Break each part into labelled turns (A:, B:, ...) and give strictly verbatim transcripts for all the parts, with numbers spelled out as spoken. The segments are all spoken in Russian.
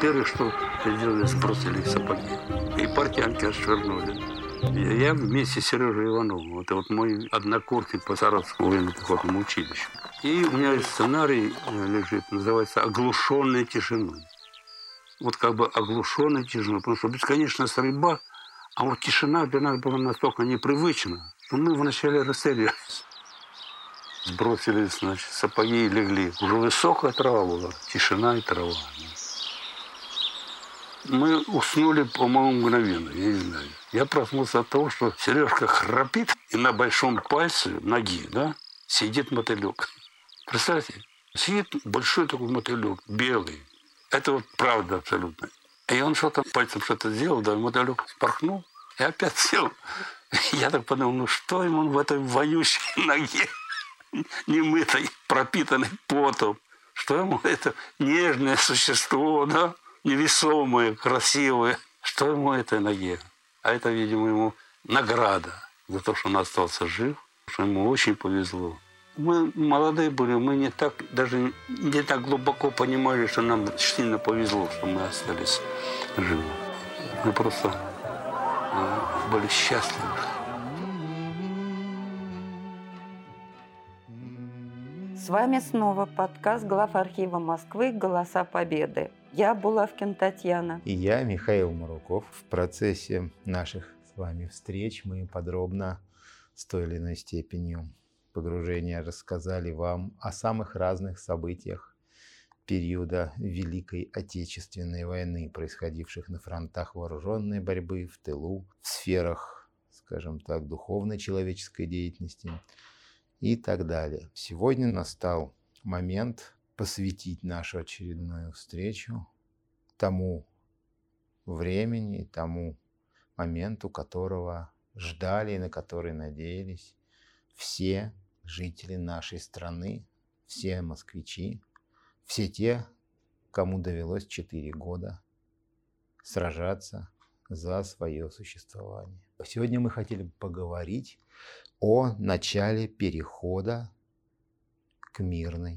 A: Первое, что сделали, сбросили сапоги. И портянки отшвырнули. Я вместе с Сережей Ивановым, это вот мой однокурсник по Саратовскому военно-пехотному училищу. И у меня сценарий лежит, называется «Оглушенная тишиной». Вот как бы оглушенная тишина, потому что бесконечная стрельба, а вот тишина для нас была настолько непривычна, что мы вначале растерялись. Сбросили, значит, сапоги и легли. Уже высокая трава была, тишина и трава. Мы уснули, по-моему, мгновенно, я не знаю. Я проснулся от того, что Сережка храпит, и на большом пальце ноги, да, сидит мотылек. Представьте, сидит большой такой мотылек, белый. Это вот правда абсолютно. И он что-то пальцем что-то сделал, да, мотылек спорхнул и опять сел. Я так подумал, ну что ему в этой вонючей ноге, немытой, пропитанной потом, что ему это нежное существо, да, невесомое, красивое, что ему этой ноге? А это, видимо, ему награда за то, что он остался жив, что ему очень повезло. Мы молодые были, мы не так, даже не так глубоко понимали, что нам сильно повезло, что мы остались живы. Мы просто были счастливы.
B: С вами снова подкаст главархива Москвы «Голоса Победы». Я Булавкин Татьяна.
C: И я, Михаил Маруков. В процессе наших с вами встреч мы подробно, с той или иной степенью погружения, рассказали вам о самых разных событиях периода Великой Отечественной войны, происходивших на фронтах вооруженной борьбы, в тылу, в сферах, скажем так, духовной человеческой деятельности и так далее. Сегодня настал момент посвятить нашу очередную встречу тому времени, тому моменту, которого ждали и на который надеялись все жители нашей страны, все москвичи, все те, кому довелось четыре года сражаться за свое существование. Сегодня мы хотели бы поговорить о начале перехода к мирной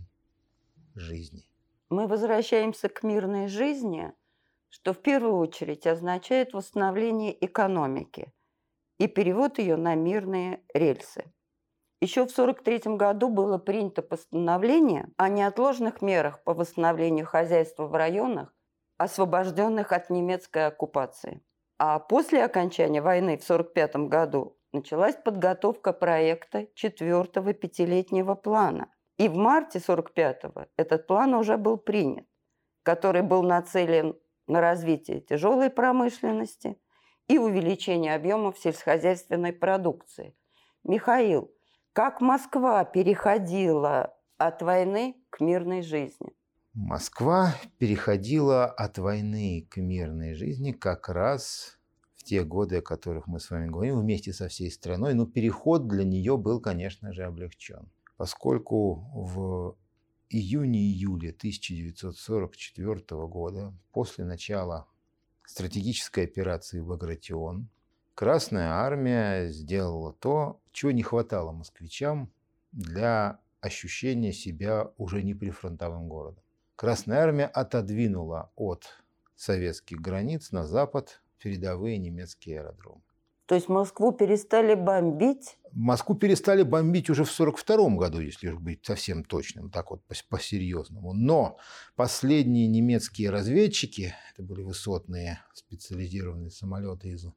C: жизни.
B: Мы возвращаемся к мирной жизни, что в первую очередь означает восстановление экономики и перевод ее на мирные рельсы. Еще в сорок третьем году было принято постановление о неотложных мерах по восстановлению хозяйства в районах, освобожденных от немецкой оккупации. А после окончания войны в сорок пятом году началась подготовка проекта четвертого пятилетнего плана. И в марте сорок пятого этот план уже был принят, который был нацелен на развитие тяжелой промышленности и увеличение объемов сельскохозяйственной продукции. Михаил, как Москва переходила от войны к мирной жизни?
C: Москва переходила от войны к мирной жизни как раз в те годы, о которых мы с вами говорим, вместе со всей страной. Но переход для нее был, конечно же, облегчен, поскольку в июне-июле тысяча девятьсот сорок четвёртого года, после начала стратегической операции «Багратион», Красная Армия сделала то, чего не хватало москвичам для ощущения себя уже не прифронтовым городом. Красная Армия отодвинула от советских границ на запад передовые немецкие аэродромы.
B: То есть Москву перестали бомбить?
C: Москву перестали бомбить уже в сорок втором году, если быть совсем точным, так вот по-серьезному. Но последние немецкие разведчики, это были высотные специализированные самолеты из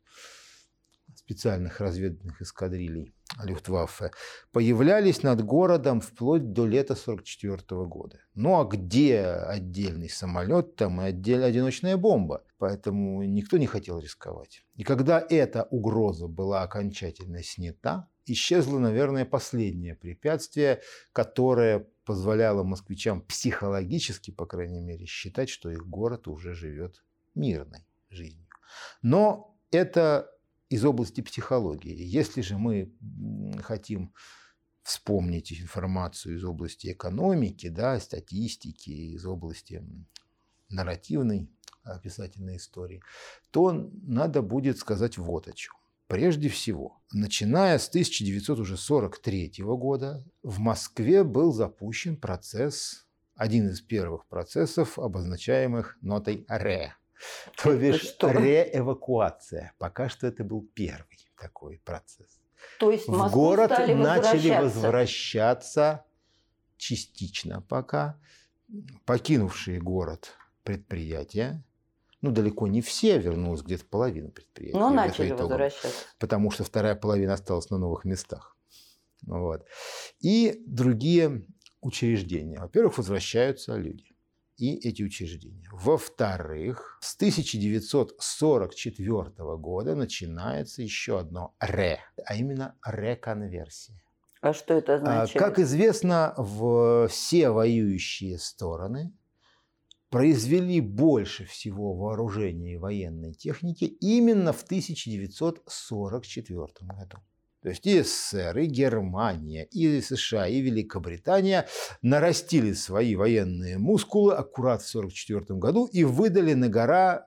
C: специальных разведывательных эскадрилей Люфтваффе, появлялись над городом вплоть до лета сорок четвёртого года. Ну а где отдельный самолет, там и отдельная одиночная бомба. Поэтому никто не хотел рисковать. И когда эта угроза была окончательно снята, исчезло, наверное, последнее препятствие, которое позволяло москвичам психологически, по крайней мере, считать, что их город уже живет мирной жизнью. Но это из области психологии. Если же мы хотим вспомнить информацию из области экономики, да, статистики, из области нарративной описательной истории, то надо будет сказать вот о чем. Прежде всего, начиная с тысяча девятьсот сорок третьего года в Москве был запущен процесс один из первых процессов, обозначаемых нотой «ре». То бишь
B: что?
C: реэвакуация. Пока что это был первый такой процесс.
B: То есть в
C: В
B: Москву
C: город
B: стали
C: начали
B: возвращаться.
C: возвращаться частично пока покинувшие город предприятия. Ну, далеко не все, вернулось где-то половина предприятий.
B: Но
C: по
B: начали
C: итогам.
B: возвращаться.
C: Потому что вторая половина осталась на новых местах. Вот. И другие учреждения. Во-первых, возвращаются люди и эти учреждения. Во-вторых, с тысяча девятьсот сорок четвёртого года начинается еще одно «ре», а именно реконверсия.
B: А что это означает?
C: Как известно, все воюющие стороны произвели больше всего вооружения и военной техники именно в тысяча девятьсот сорок четвёртом году. То есть и СССР, и Германия, и США, и Великобритания нарастили свои военные мускулы аккурат в сорок четвёртом году и выдали на гора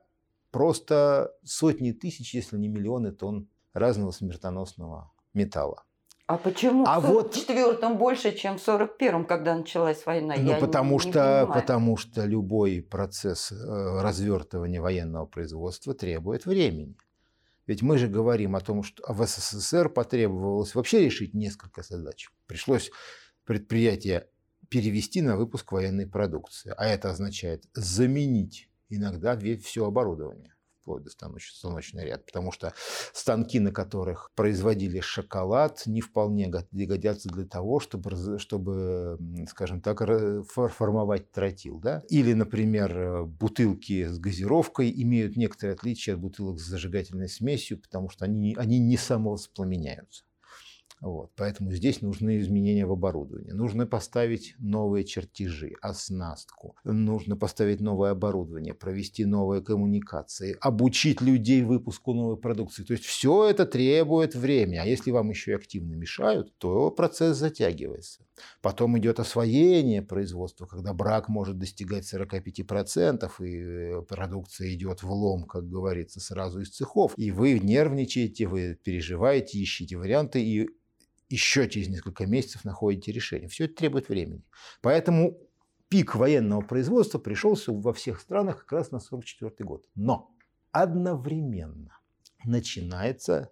C: просто сотни тысяч, если не миллионы тонн разного смертоносного металла.
B: А почему
C: А
B: в сорок четвёртом вот... больше, чем в сорок первом, когда началась война?
C: Ну,
B: Я
C: потому,
B: не,
C: что,
B: не понимаю.
C: потому что любой процесс развертывания военного производства требует времени. Ведь мы же говорим о том, что в СССР потребовалось вообще решить несколько задач. Пришлось предприятие перевести на выпуск военной продукции. А это означает заменить иногда все оборудование, вплоть до станочный ряд. Потому что станки, на которых производили шоколад, не вполне годятся для того, чтобы, чтобы скажем так, формовать тротил. Да? Или, например, бутылки с газировкой имеют некоторые отличия от бутылок с зажигательной смесью, потому что они, они не самовоспламеняются. Вот. Поэтому здесь нужны изменения в оборудовании. Нужно поставить новые чертежи, оснастку. Нужно поставить новое оборудование, провести новые коммуникации, обучить людей выпуску новой продукции. То есть все это требует времени. А если вам еще и активно мешают, то процесс затягивается. Потом идет освоение производства, когда брак может достигать сорок пять процентов, и продукция идет в лом, как говорится, сразу из цехов. И вы нервничаете, вы переживаете, ищете варианты, и еще через несколько месяцев находите решение. Все это требует времени. Поэтому пик военного производства пришелся во всех странах как раз на сорок четвёртый год. Но одновременно начинается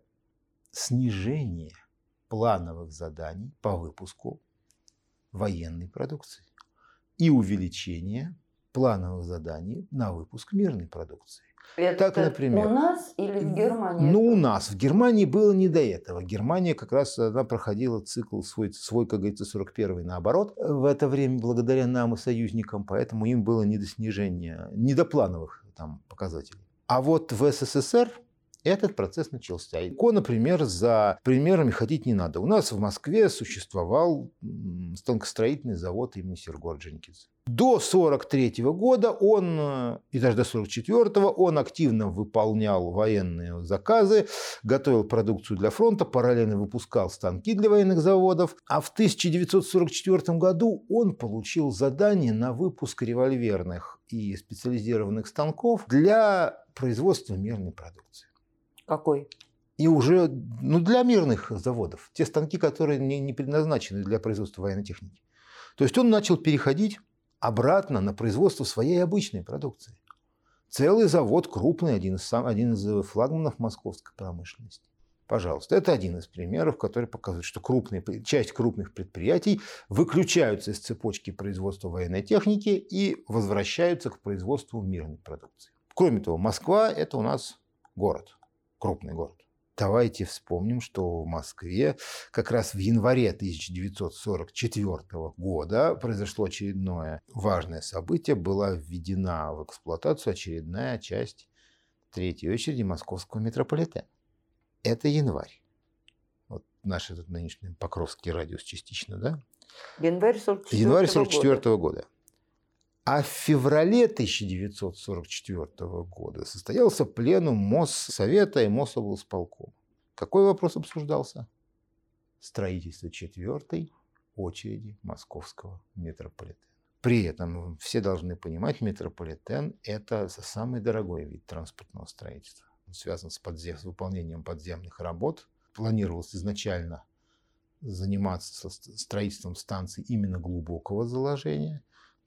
C: снижение плановых заданий по выпуску военной продукции и увеличение плановых заданий на выпуск мирной продукции.
B: Это
C: так, например,
B: у нас или в Германии?
C: Ну, у нас. В Германии было не до этого. Германия как раз она проходила цикл свой, свой, как говорится, сорок первый наоборот. В это время, благодаря нам и союзникам, поэтому им было не до снижения, не до плановых там, показателей. А вот в СССР этот процесс начался. Ко, например, за примерами ходить не надо. У нас в Москве существовал станкостроительный завод имени Серго Орджоникидзе. До сорок третьего года он, и даже до сорок четвёртого, он активно выполнял военные заказы, готовил продукцию для фронта, параллельно выпускал станки для военных заводов. А в тысяча девятьсот сорок четвёртом году он получил задание на выпуск револьверных и специализированных станков для производства мирной продукции.
B: Какой?
C: И уже ну, для мирных заводов. Те станки, которые не, не предназначены для производства военной техники. То есть он начал переходить обратно на производство своей обычной продукции. Целый завод крупный, один из, один из флагманов московской промышленности. Пожалуйста, это один из примеров, который показывает, что крупные, часть крупных предприятий выключаются из цепочки производства военной техники и возвращаются к производству мирной продукции. Кроме того, Москва – это у нас город. Крупный город. Давайте вспомним, что в Москве как раз в январе тысяча девятьсот сорок четвёртого года произошло очередное важное событие. Была введена в эксплуатацию очередная часть третьей очереди московского метрополитена. Это январь. Вот наш этот нынешний Покровский радиус частично, да?
B: Январь сорок четвёртого
C: Январь сорок четвёртого года. А в феврале тысяча девятьсот сорок четвёртого года состоялся пленум Моссовета и Мособлсполкома. Какой вопрос обсуждался? Строительство четвертой очереди московского метрополитена. При этом все должны понимать, метрополитен – это самый дорогой вид транспортного строительства. Он связан с, подзем... с выполнением подземных работ. Планировалось изначально заниматься строительством станций именно глубокого заложения.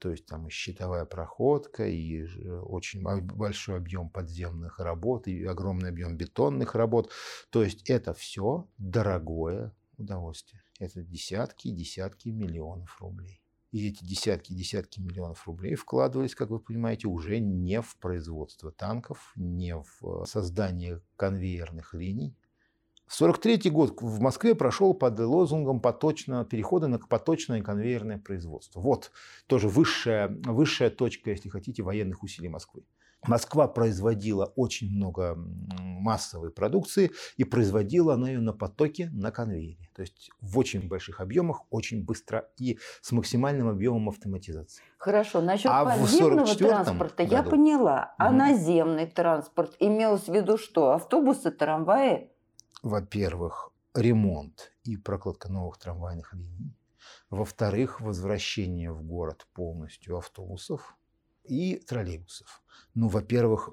C: то есть там и щитовая проходка, и очень большой объем подземных работ, и огромный объем бетонных работ. То есть это все дорогое удовольствие. Это десятки и десятки миллионов рублей. И эти десятки и десятки миллионов рублей вкладывались, как вы понимаете, уже не в производство танков, не в создание конвейерных линий. сорок третий год в Москве прошел под лозунгом поточного, перехода на поточное конвейерное производство. Вот тоже высшая, высшая точка, если хотите, военных усилий Москвы. Москва производила очень много массовой продукции, и производила она ее на потоке, на конвейере. То есть в очень больших объемах, очень быстро и с максимальным объемом автоматизации.
B: Хорошо, насчет
C: а
B: подземного транспорта я
C: году...
B: поняла. А
C: угу.
B: наземный транспорт имелось в виду что? Автобусы, трамваи?
C: Во-первых, ремонт и прокладка новых трамвайных линий. Во-вторых, возвращение в город полностью автобусов и троллейбусов. Ну, во-первых,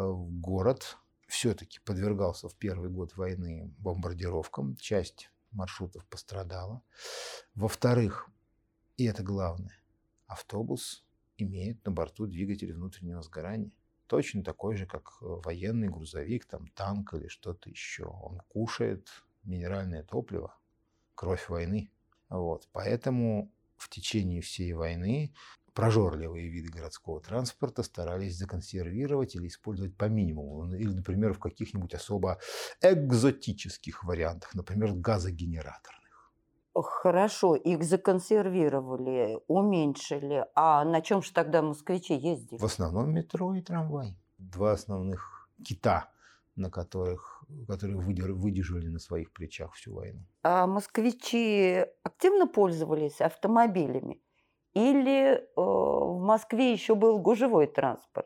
C: город все-таки подвергался в первый год войны бомбардировкам, часть маршрутов пострадала. Во-вторых, и это главное, автобус имеет на борту двигатель внутреннего сгорания. Точно такой же, как военный грузовик, там, танк или что-то еще. Он кушает минеральное топливо, кровь войны. Вот. Поэтому в течение всей войны прожорливые виды городского транспорта старались законсервировать или использовать по минимуму. Или, например, в каких-нибудь особо экзотических вариантах, например, газогенераторных.
B: Хорошо, их законсервировали, уменьшили. А на чем же тогда москвичи ездили?
C: В основном метро и трамвай. Два основных кита, на которых, которые выдерживали на своих плечах всю войну.
B: А москвичи активно пользовались автомобилями? Или э, в Москве еще был гужевой транспорт?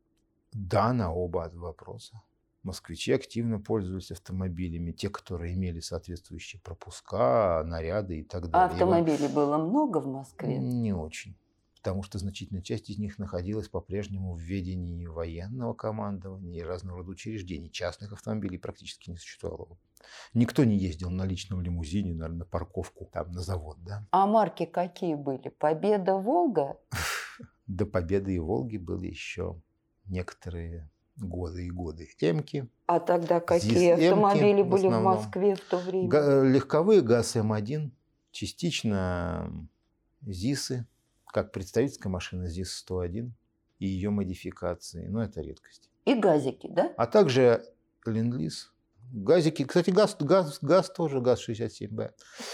C: Да, на оба вопроса. Москвичи активно пользовались автомобилями, те, которые имели соответствующие пропуска, наряды и так далее.
B: А автомобилей было много в Москве?
C: Не очень. Потому что значительная часть из них находилась по-прежнему в ведении военного командования и разного рода учреждений. Частных автомобилей практически не существовало. Никто не ездил на личном лимузине, наверное, на парковку, там, на завод, да.
B: А марки какие были? Победа, Волга?
C: До Победы и Волги были еще некоторые годы и годы. Эмки.
B: А тогда какие автомобили
C: в
B: были в Москве в то время?
C: Га- легковые ГАЗ Эм один, частично ЗИСы, как представительская машина ЗИС сто один и ее модификации. Но это редкость.
B: И газики, да?
C: А также Ленд-лиз. Газики, кстати, ГАЗ, ГАЗ, ГАЗ тоже, ГАЗ шестьдесят семь бэ.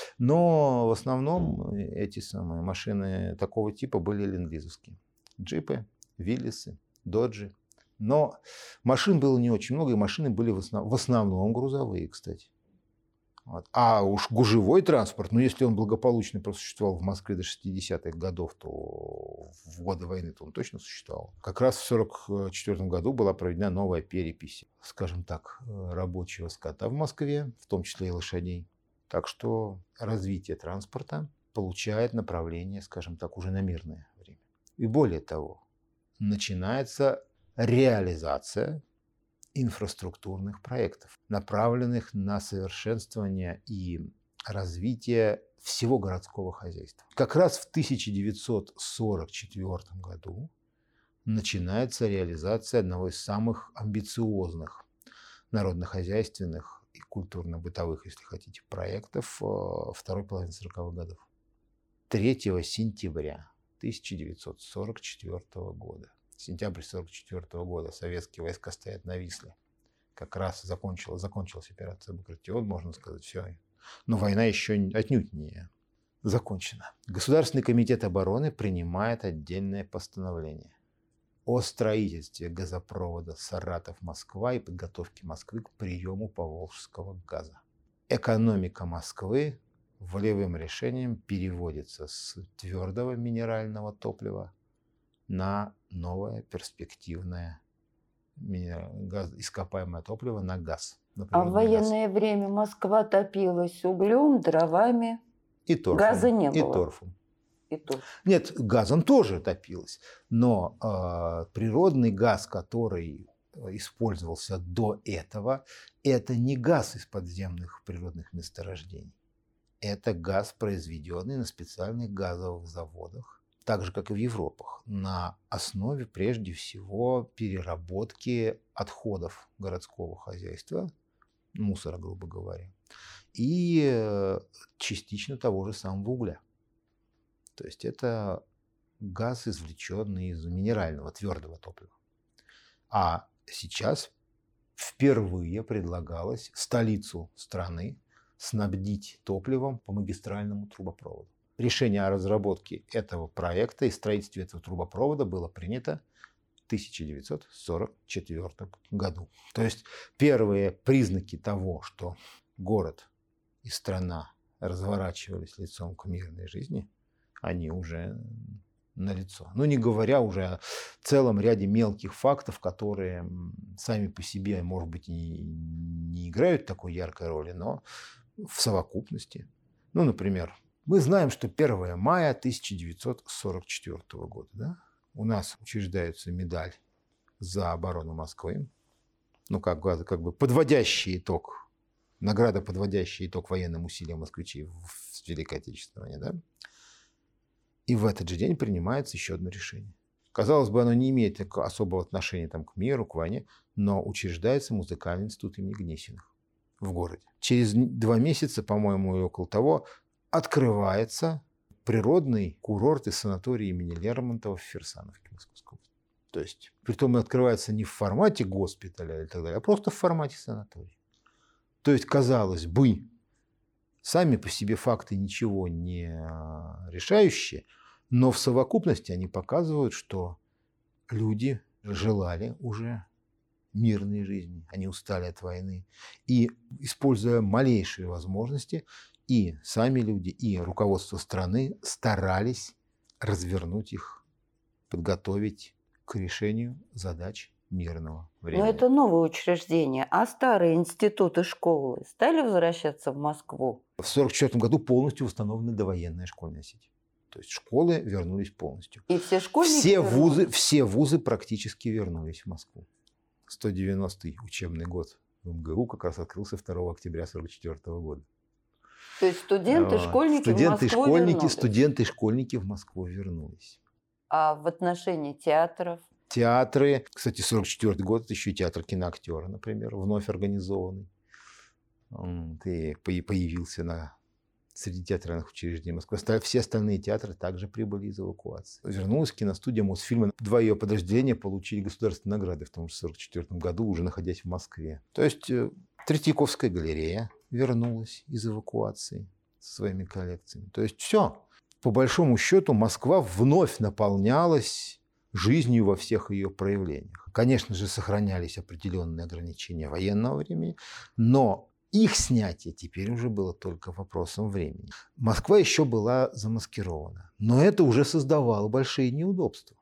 C: Но в основном эти самые машины такого типа были ленд-лизовские. Джипы, Виллисы, Доджи. Но машин было не очень много, и машины были в основном, в основном грузовые, кстати. Вот. А уж гужевой транспорт, ну если он благополучно просуществовал в Москве до шестидесятых годов, то в годы войны-то он точно существовал. Как раз в сорок четвёртом году была проведена новая перепись, скажем так, рабочего скота в Москве, в том числе и лошадей. Так что развитие транспорта получает направление, скажем так, уже на мирное время. И более того, начинается реализация инфраструктурных проектов, направленных на совершенствование и развитие всего городского хозяйства. Как раз в тысяча девятьсот сорок четвёртом году начинается реализация одного из самых амбициозных народно-хозяйственных и культурно-бытовых, если хотите, проектов второй половины сороковых годов. третьего сентября тысяча девятьсот сорок четвёртого года. Сентябрь сорок четвёртого года советские войска стоят на Висле. Как раз закончилась, закончилась операция Багратион, можно сказать, все. Но война еще отнюдь не закончена. Государственный комитет обороны принимает отдельное постановление о строительстве газопровода Саратов-Москва и подготовке Москвы к приему поволжского газа. Экономика Москвы волевым решением переводится с твердого минерального топлива на новое перспективное газ, ископаемое топливо, на газ.
B: А в военное газ. время Москва топилась углем, дровами.
C: И торфом.
B: Газа не было.
C: И торфом.
B: И торф.
C: Нет, газом тоже топилось. Но э, природный газ, который использовался до этого, это не газ из подземных природных месторождений. Это газ, произведенный на специальных газовых заводах так же, как и в Европах, на основе, прежде всего, переработки отходов городского хозяйства, мусора, грубо говоря, и частично того же самого угля. То есть это газ, извлеченный из минерального твердого топлива. А сейчас впервые предлагалось столицу страны снабдить топливом по магистральному трубопроводу. Решение о разработке этого проекта и строительстве этого трубопровода было принято в тысяча девятьсот сорок четвёртом году. То есть первые признаки того, что город и страна разворачивались лицом к мирной жизни, они уже налицо. Ну, не говоря уже о целом ряде мелких фактов, которые сами по себе, может быть, и не играют такой яркой роли, но в совокупности. Ну, например, мы знаем, что первого мая тысяча девятьсот сорок четвёртого года, да, у нас учреждается медаль за оборону Москвы, ну, как, как бы подводящий итог, награда, подводящий итог военным усилиям москвичей в Великой Отечественной войне, да. И в этот же день принимается еще одно решение. Казалось бы, оно не имеет особого отношения там, к миру, к войне, но учреждается музыкальный институт имени Гнесиных в городе. Через два месяца, по-моему, и около того, открывается природный курорт и санаторий имени Лермонтова в Фирсановке Московской области. То есть, притом открывается не в формате госпиталя и так далее, а просто в формате санатория. То есть, казалось бы, сами по себе факты ничего не решающие, но в совокупности они показывают, что люди желали уже мирной жизни, они устали от войны. И, используя малейшие возможности, и сами люди, и руководство страны старались развернуть их, подготовить к решению задач мирного времени.
B: Но это новое учреждение, а старые институты, школы стали возвращаться в Москву?
C: В сорок четвёртом году полностью восстановлена довоенная школьная сеть. То есть школы вернулись полностью.
B: И все школьники
C: все
B: вернулись?
C: вузы, все вузы практически вернулись в Москву. сто девяностый учебный год в МГУ как раз открылся второго октября сорок четвёртого года.
B: То есть студенты, школьники
C: студенты,
B: в Москву
C: школьники,
B: вернулись?
C: студенты и школьники в Москву вернулись.
B: А в отношении театров?
C: Театры, кстати, сорок четвёртый год, это еще и театр киноактера, например, вновь организованный. И появился на, среди театральных учреждений Москвы. Все остальные театры также прибыли из эвакуации. Вернулась киностудия Мосфильма. Два ее подразделения получили государственные награды в том же сорок четвёртом году, уже находясь в Москве. То есть Третьяковская галерея вернулась из эвакуации со своими коллекциями. То есть все. По большому счету Москва вновь наполнялась жизнью во всех ее проявлениях. Конечно же, сохранялись определенные ограничения военного времени, но их снятие теперь уже было только вопросом времени. Москва еще была замаскирована, но это уже создавало большие неудобства.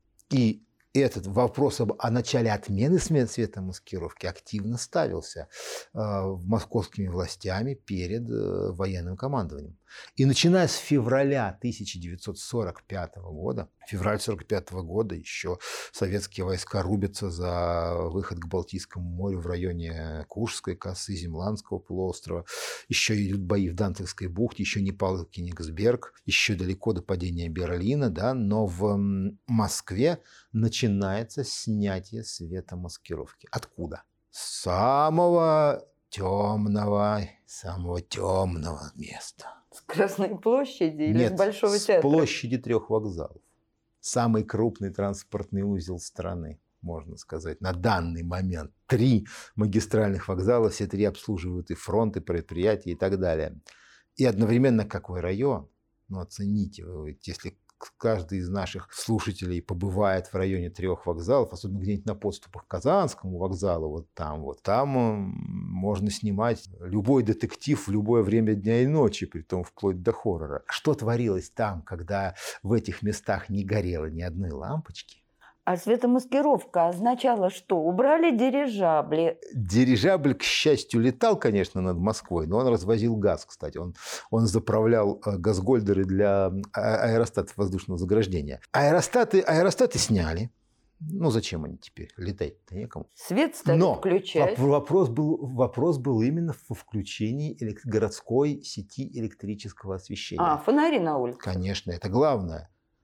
C: И этот вопрос об, о начале отмены светомаскировки активно ставился э, московскими властями перед э, военным командованием. И начиная с февраля тысяча девятьсот сорок пятого года, февраль сорок пятого года еще советские войска рубятся за выход к Балтийскому морю в районе Куршской косы, Земландского полуострова. Еще идут бои в Дантовской бухте, еще не пал Кенигсберг, еще далеко до падения Берлина, да, но в Москве начинается снятие светомаскировки. Откуда? С самого темного, самого темного места.
B: С Красной площади или
C: Нет,
B: с Большого
C: с
B: театра?
C: площади трех вокзалов. Самый крупный транспортный узел страны, можно сказать, на данный момент. Три магистральных вокзала, все три обслуживают и фронт, и предприятия, и так далее. И одновременно какой район? Ну, оцените, если каждый из наших слушателей побывает в районе трех вокзалов, особенно где-нибудь на подступах к Казанскому вокзалу, вот там вот, там можно снимать любой детектив в любое время дня и ночи, притом вплоть до хоррора. Что творилось там, когда в этих местах не горело ни одной лампочки?
B: А светомаскировка означала что? Убрали дирижабли.
C: Дирижабль, к счастью, летал, конечно, над Москвой, но он развозил газ, кстати. Он, он заправлял газгольдеры для аэростатов воздушного заграждения. Аэростаты, аэростаты сняли. Ну, зачем они теперь? Летать-то некому.
B: Свет стали
C: но
B: включать.
C: Вопрос был, вопрос был именно во включении элект... городской сети электрического освещения.
B: А, фонари на улице.
C: Конечно, это главное.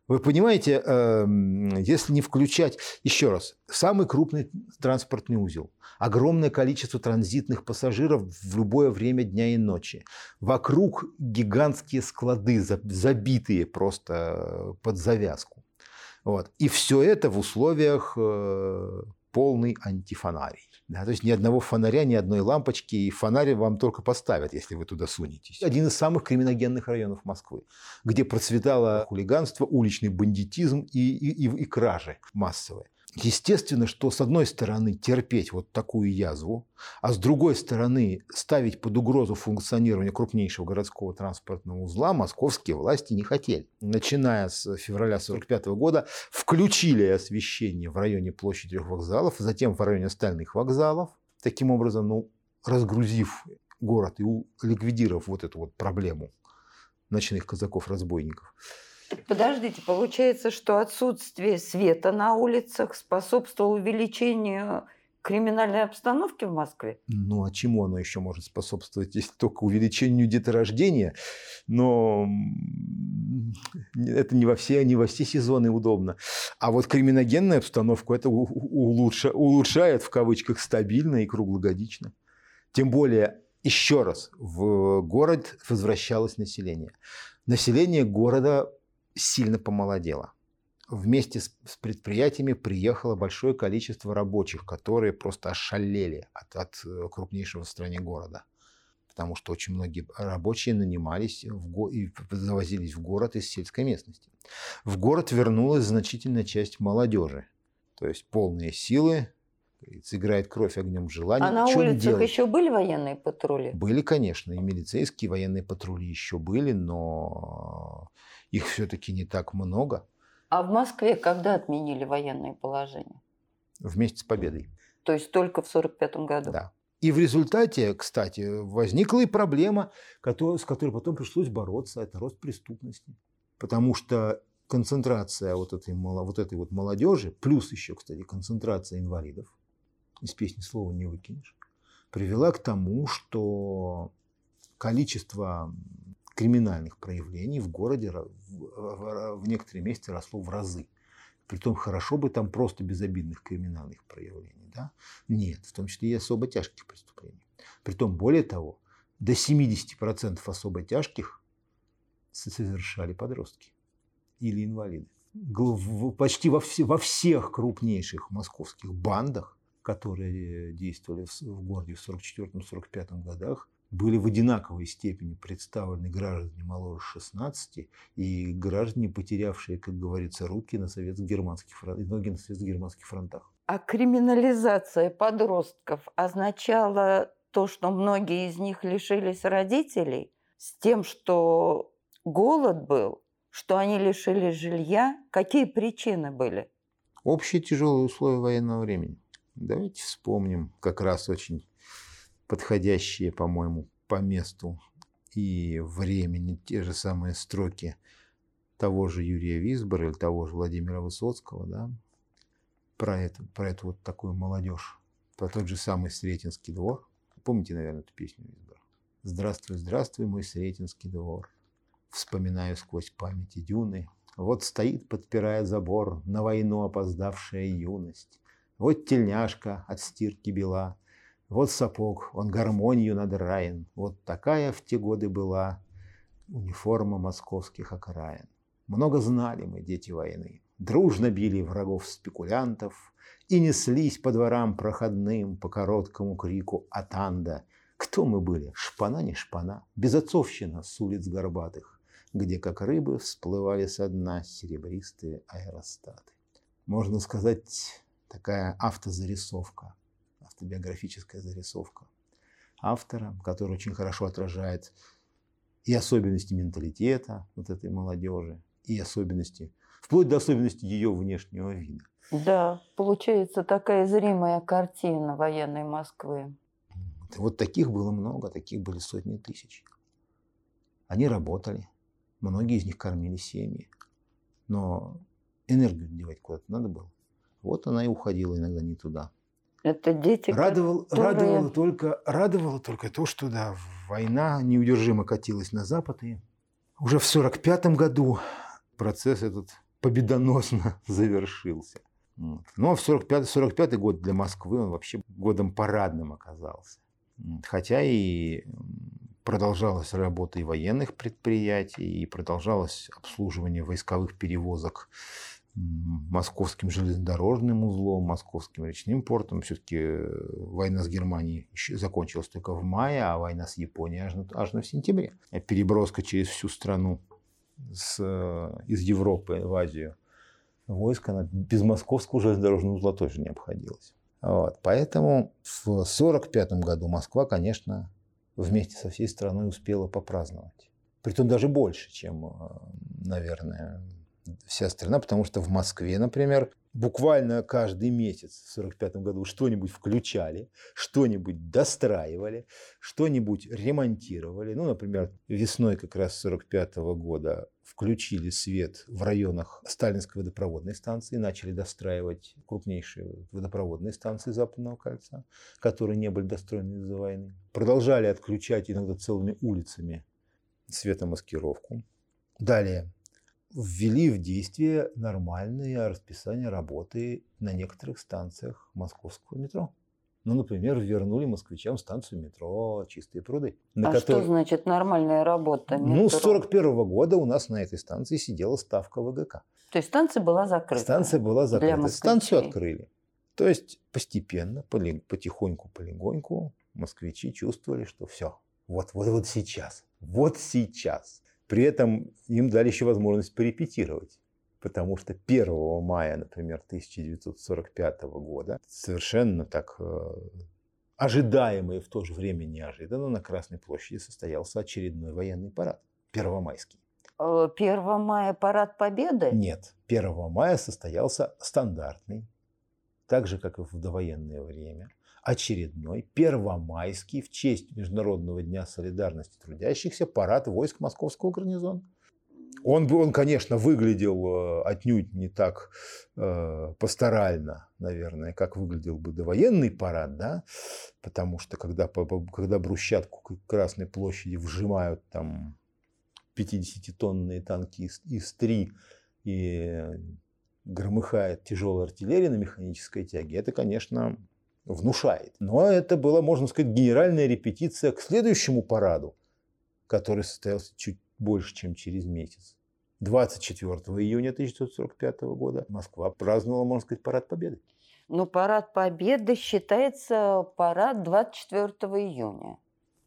C: Вы понимаете, если не включать, еще раз, самый крупный транспортный узел, огромное количество транзитных пассажиров в любое время дня и ночи, вокруг гигантские склады, забитые просто под завязку. Вот. И все это в условиях полный антифонарий. Да, то есть ни одного фонаря, ни одной лампочки, и фонарь вам только поставят, если вы туда сунетесь. Один из самых криминогенных районов Москвы, где процветало хулиганство, уличный бандитизм и, и, и, и кражи массовые. Естественно, что с одной стороны терпеть вот такую язву, а с другой стороны ставить под угрозу функционирование крупнейшего городского транспортного узла московские власти не хотели. Начиная с февраля сорок пятого года включили освещение в районе площади трех вокзалов, затем в районе остальных вокзалов, таким образом, ну, разгрузив город и ликвидировав вот эту вот проблему ночных казаков-разбойников.
B: Подождите, получается, что отсутствие света на улицах способствовало увеличению криминальной обстановки в Москве?
C: Ну, а чему оно еще может способствовать, если только увеличению деторождения? Но это не во все, не во все сезоны удобно. А вот криминогенную обстановку это улучша, улучшает, в кавычках, стабильно и круглогодично. Тем более, еще раз, в город возвращалось население. Население города сильно помолодело. Вместе с предприятиями приехало большое количество рабочих, которые просто ошалели от, от крупнейшего в стране города. Потому что очень многие рабочие нанимались в го- и завозились в город из сельской местности. В город вернулась значительная часть молодежи. То есть полные силы, играет кровь огнем желания.
B: А на
C: Что
B: улицах
C: делать?
B: еще были военные патрули?
C: Были, конечно, и милицейские, и военные патрули еще были, но их все-таки не так много.
B: А в Москве когда отменили военное положение?
C: Вместе с победой.
B: То есть только в сорок пятом году?
C: Да. И в результате, кстати, возникла и проблема, которая, с которой потом пришлось бороться, это рост преступности. Потому что концентрация вот этой, вот этой вот молодежи, плюс еще, кстати, концентрация инвалидов, из песни слова не выкинешь, привела к тому, что количество криминальных проявлений в городе в некоторые месяцы росло в разы. Притом хорошо бы там просто безобидных криминальных проявлений. Да? Нет, в том числе и особо тяжких преступлений. Притом, более того, до семьдесят процентов особо тяжких совершали подростки или инвалиды. Почти во, все, во всех крупнейших московских бандах, которые действовали в городе в сорок четвёртом — сорок пятом годах, были в одинаковой степени представлены граждане моложе шестнадцати и граждане, потерявшие, как говорится, руки на советско-германских фронтах, ноги на советско-германских фронтах.
B: А криминализация подростков означала то, что многие из них лишились родителей, с тем, что голод был, что они лишились жилья? Какие причины были?
C: Общие тяжелые условия военного времени. Давайте вспомним как раз очень подходящие, по-моему, по месту и времени те же самые строки того же Юрия Висбора или того же Владимира Высоцкого, да, про, это, про эту вот такую молодежь, про тот же самый Сретенский двор. Помните, наверное, эту песню Висбора? «Здравствуй, здравствуй, мой Сретенский двор, вспоминаю сквозь памяти дюны, вот стоит, подпирая забор, на войну опоздавшая юность, вот тельняшка от стирки бела, вот сапог, он гармонию надраен, вот такая в те годы была униформа московских окраин. Много знали мы, дети войны, дружно били врагов-спекулянтов и неслись по дворам проходным по короткому крику «Атанда!». Кто мы были? Шпана не шпана, безотцовщина с улиц горбатых, где, как рыбы, всплывали со дна серебристые аэростаты. Можно сказать, такая автозарисовка, автобиографическая зарисовка автора, который очень хорошо отражает и особенности менталитета вот этой молодежи, и особенности, вплоть до особенностей ее внешнего вида.
B: Да, получается такая зримая картина военной Москвы.
C: Вот таких было много, таких были сотни тысяч. Они работали, многие из них кормили семьи, но энергию девать куда-то надо было. Вот она и уходила иногда не туда.
B: Это дети,
C: Радовал,
B: которые...
C: радовало, только, радовало только то, что да, война неудержимо катилась на Запад. И уже в сорок пятом году процесс этот победоносно завершился. Вот. Но в сорок пятый год для Москвы он вообще годом парадным оказался. Хотя и продолжалась работа и военных предприятий, и продолжалось обслуживание войсковых перевозок московским железнодорожным узлом, московским речным портом. Все-таки война с Германией закончилась только в мае, а война с Японией аж, аж в сентябре. Переброска через всю страну с, из Европы в Азию войск, она без московского железнодорожного узла тоже не обходилась. Вот. Поэтому в сорок пятом году Москва, конечно, вместе со всей страной успела попраздновать. Притом даже больше, чем, наверное, вся страна, потому что в Москве, например, буквально каждый месяц в сорок пятом году что-нибудь включали, что-нибудь достраивали, что-нибудь ремонтировали. Ну, например, весной как раз сорок пятого года включили свет в районах Сталинской водопроводной станции, начали достраивать крупнейшие водопроводные станции Западного кольца, которые не были достроены из-за войны. Продолжали отключать иногда целыми улицами светомаскировку. Далее ввели в действие нормальное расписание работы на некоторых станциях московского метро. Ну, например, вернули москвичам станцию метро «Чистые пруды».
B: А которой... что значит нормальная работа метро?
C: Ну, с сорок первого года у нас на этой станции сидела ставка ВГК.
B: То есть станция была закрыта?
C: Станция была закрыта. Станцию открыли. То есть постепенно, потихоньку, полегоньку москвичи чувствовали, что все, вот, вот, вот сейчас, вот сейчас. При этом им дали еще возможность порепетировать, потому что первого мая, например, тысяча девятьсот сорок пятого года, совершенно так э, ожидаемо и в то же время неожиданно на Красной площади состоялся очередной военный парад, первомайский.
B: первого мая парад Победы?
C: Нет, первого мая состоялся стандартный, так же, как и в довоенное время, очередной первомайский в честь Международного дня солидарности трудящихся парад войск московского гарнизона. Он, он, конечно, выглядел отнюдь не так э, пасторально, наверное, как выглядел бы довоенный парад, да? Потому что когда, когда брусчатку к Красной площади вжимают там пятидесятитонные танки ИС-три и громыхает тяжелая артиллерия на механической тяге, это, конечно, внушает. Но это была, можно сказать, генеральная репетиция к следующему параду, который состоялся чуть больше, чем через месяц. двадцать четвёртого июня тысяча девятьсот сорок пятого года Москва праздновала, можно сказать, парад Победы.
B: Но парад Победы считается парад двадцать четвёртого июня,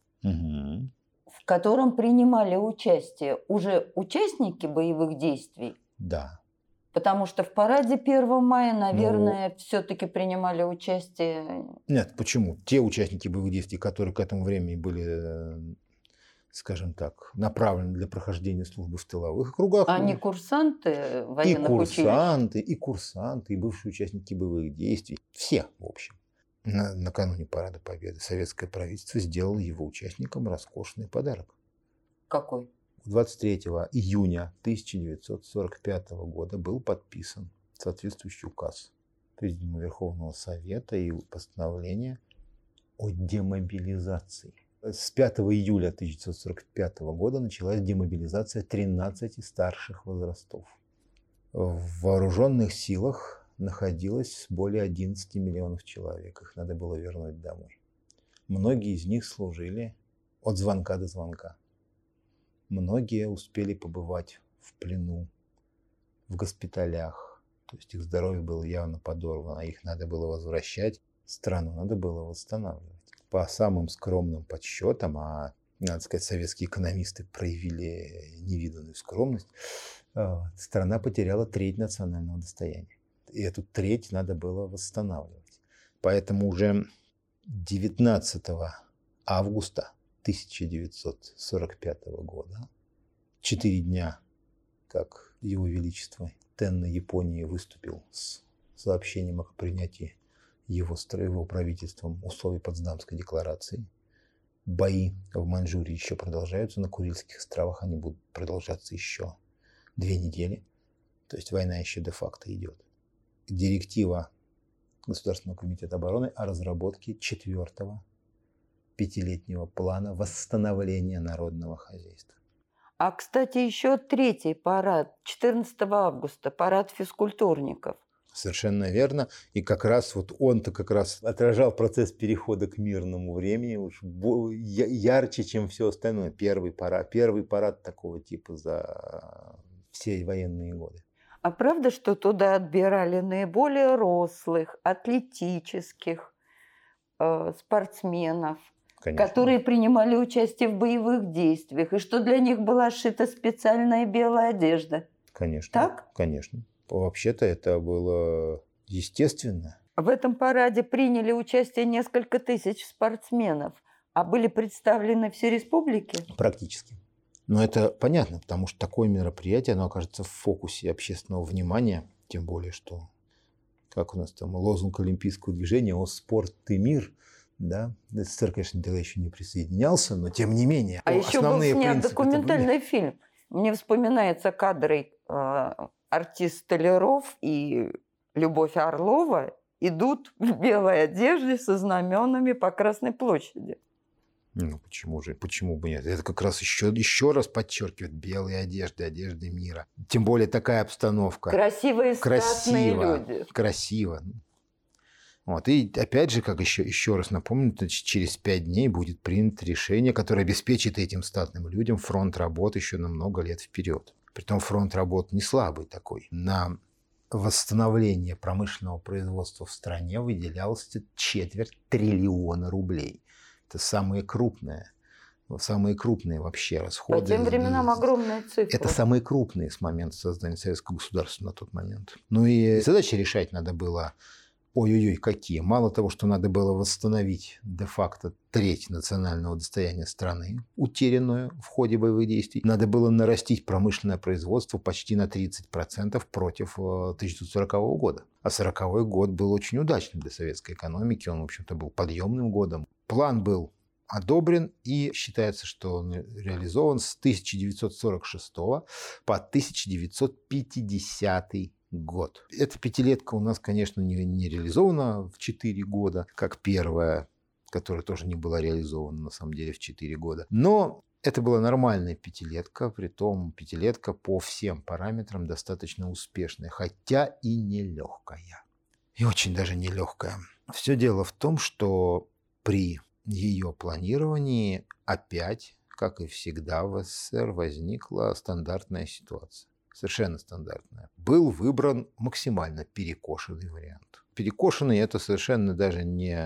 C: угу.
B: в котором принимали участие уже участники боевых действий.
C: Да.
B: Потому что в параде первого мая, наверное, ну, все-таки принимали участие...
C: Нет, почему? Те участники боевых действий, которые к этому времени были, скажем так, направлены для прохождения службы в тыловых кругах.
B: А не курсанты военных
C: и курсанты,
B: училищ?
C: И курсанты, и бывшие участники боевых действий. Все, в общем. На, накануне парада Победы советское правительство сделало его участникам роскошный подарок.
B: Какой?
C: двадцать третьего июня тысяча девятьсот сорок пятого года был подписан соответствующий указ Президиума Верховного Совета и постановление о демобилизации. С пятого июля тысяча девятьсот сорок пятого года началась демобилизация тринадцати старших возрастов. В вооруженных силах находилось более одиннадцати миллионов человек. Их надо было вернуть домой. Многие из них служили от звонка до звонка. Многие успели побывать в плену, в госпиталях. То есть их здоровье было явно подорвано, а их надо было возвращать. Страну надо было восстанавливать. По самым скромным подсчетам, а, надо сказать, советские экономисты проявили невиданную скромность, страна потеряла треть национального достояния. И эту треть надо было восстанавливать. Поэтому уже девятнадцатого августа тысяча девятьсот сорок пятого года, четыре дня, как Его Величество Тенна Японии выступил с сообщением о принятии его строевым правительством условий Потсдамской декларации. Бои в Маньчжурии еще продолжаются, на Курильских островах они будут продолжаться еще две недели. То есть война еще де-факто идет. Директива Государственного комитета обороны о разработке четвертого пятилетнего плана восстановления народного хозяйства.
B: А, кстати, еще третий парад, четырнадцатого августа, парад физкультурников.
C: Совершенно верно. И как раз вот он-то как раз отражал процесс перехода к мирному времени уж ярче, чем все остальное. Первый парад, первый парад такого типа за все военные годы.
B: А правда, что туда отбирали наиболее рослых, атлетических э, спортсменов,
C: Конечно.
B: которые принимали участие в боевых действиях, и что для них была сшита специальная белая одежда?
C: Конечно.
B: Так?
C: Конечно. Вообще-то это было естественно.
B: В этом параде приняли участие несколько тысяч спортсменов, а были представлены все республики?
C: Практически. Но это понятно, потому что такое мероприятие, оно окажется в фокусе общественного внимания, тем более, что, как у нас там лозунг олимпийского движения «О спорт и мир», да, СССР, конечно, тогда еще не присоединялся, но тем не менее.
B: А еще был снят документальный
C: были.
B: фильм. Мне вспоминаются кадры э, артист Столяров и Любовь Орлова идут в белой одежде со знаменами по Красной площади.
C: Ну почему же? Почему бы нет? Это как раз еще, еще раз подчеркивает белые одежды, одежды мира. Тем более такая обстановка.
B: Красивые, статные
C: красиво,
B: люди.
C: Красиво. Вот. И опять же, как еще, еще раз напомню, через пять дней будет принято решение, которое обеспечит этим статным людям фронт работ еще на много лет вперед. Притом фронт работ не слабый такой. На восстановление промышленного производства в стране выделялось четверть триллиона рублей. Это самые крупные, самые крупные вообще расходы.
B: По тем временам огромные цифры.
C: Это самые крупные с момента создания советского государства на тот момент. Ну и задачи решать надо было, ой-ой-ой, какие. Мало того, что надо было восстановить де-факто треть национального достояния страны, утерянную в ходе боевых действий, надо было нарастить промышленное производство почти на тридцать процентов против тысяча девятьсот сорокового года. А сороковой год был очень удачным для советской экономики, он, в общем-то, был подъемным годом. План был одобрен и считается, что он реализован с тысяча девятьсот сорок шестого по тысяча девятьсот пятидесятый год. Эта пятилетка у нас, конечно, не, не реализована в четыре года, как первая, которая тоже не была реализована на самом деле в четыре года. Но это была нормальная пятилетка, притом пятилетка по всем параметрам достаточно успешная, хотя и нелегкая. И очень даже нелегкая. Все дело в том, что при ее планировании опять, как и всегда в СССР, возникла стандартная ситуация. Совершенно стандартная. Был выбран максимально перекошенный вариант. Перекошенный – это совершенно даже не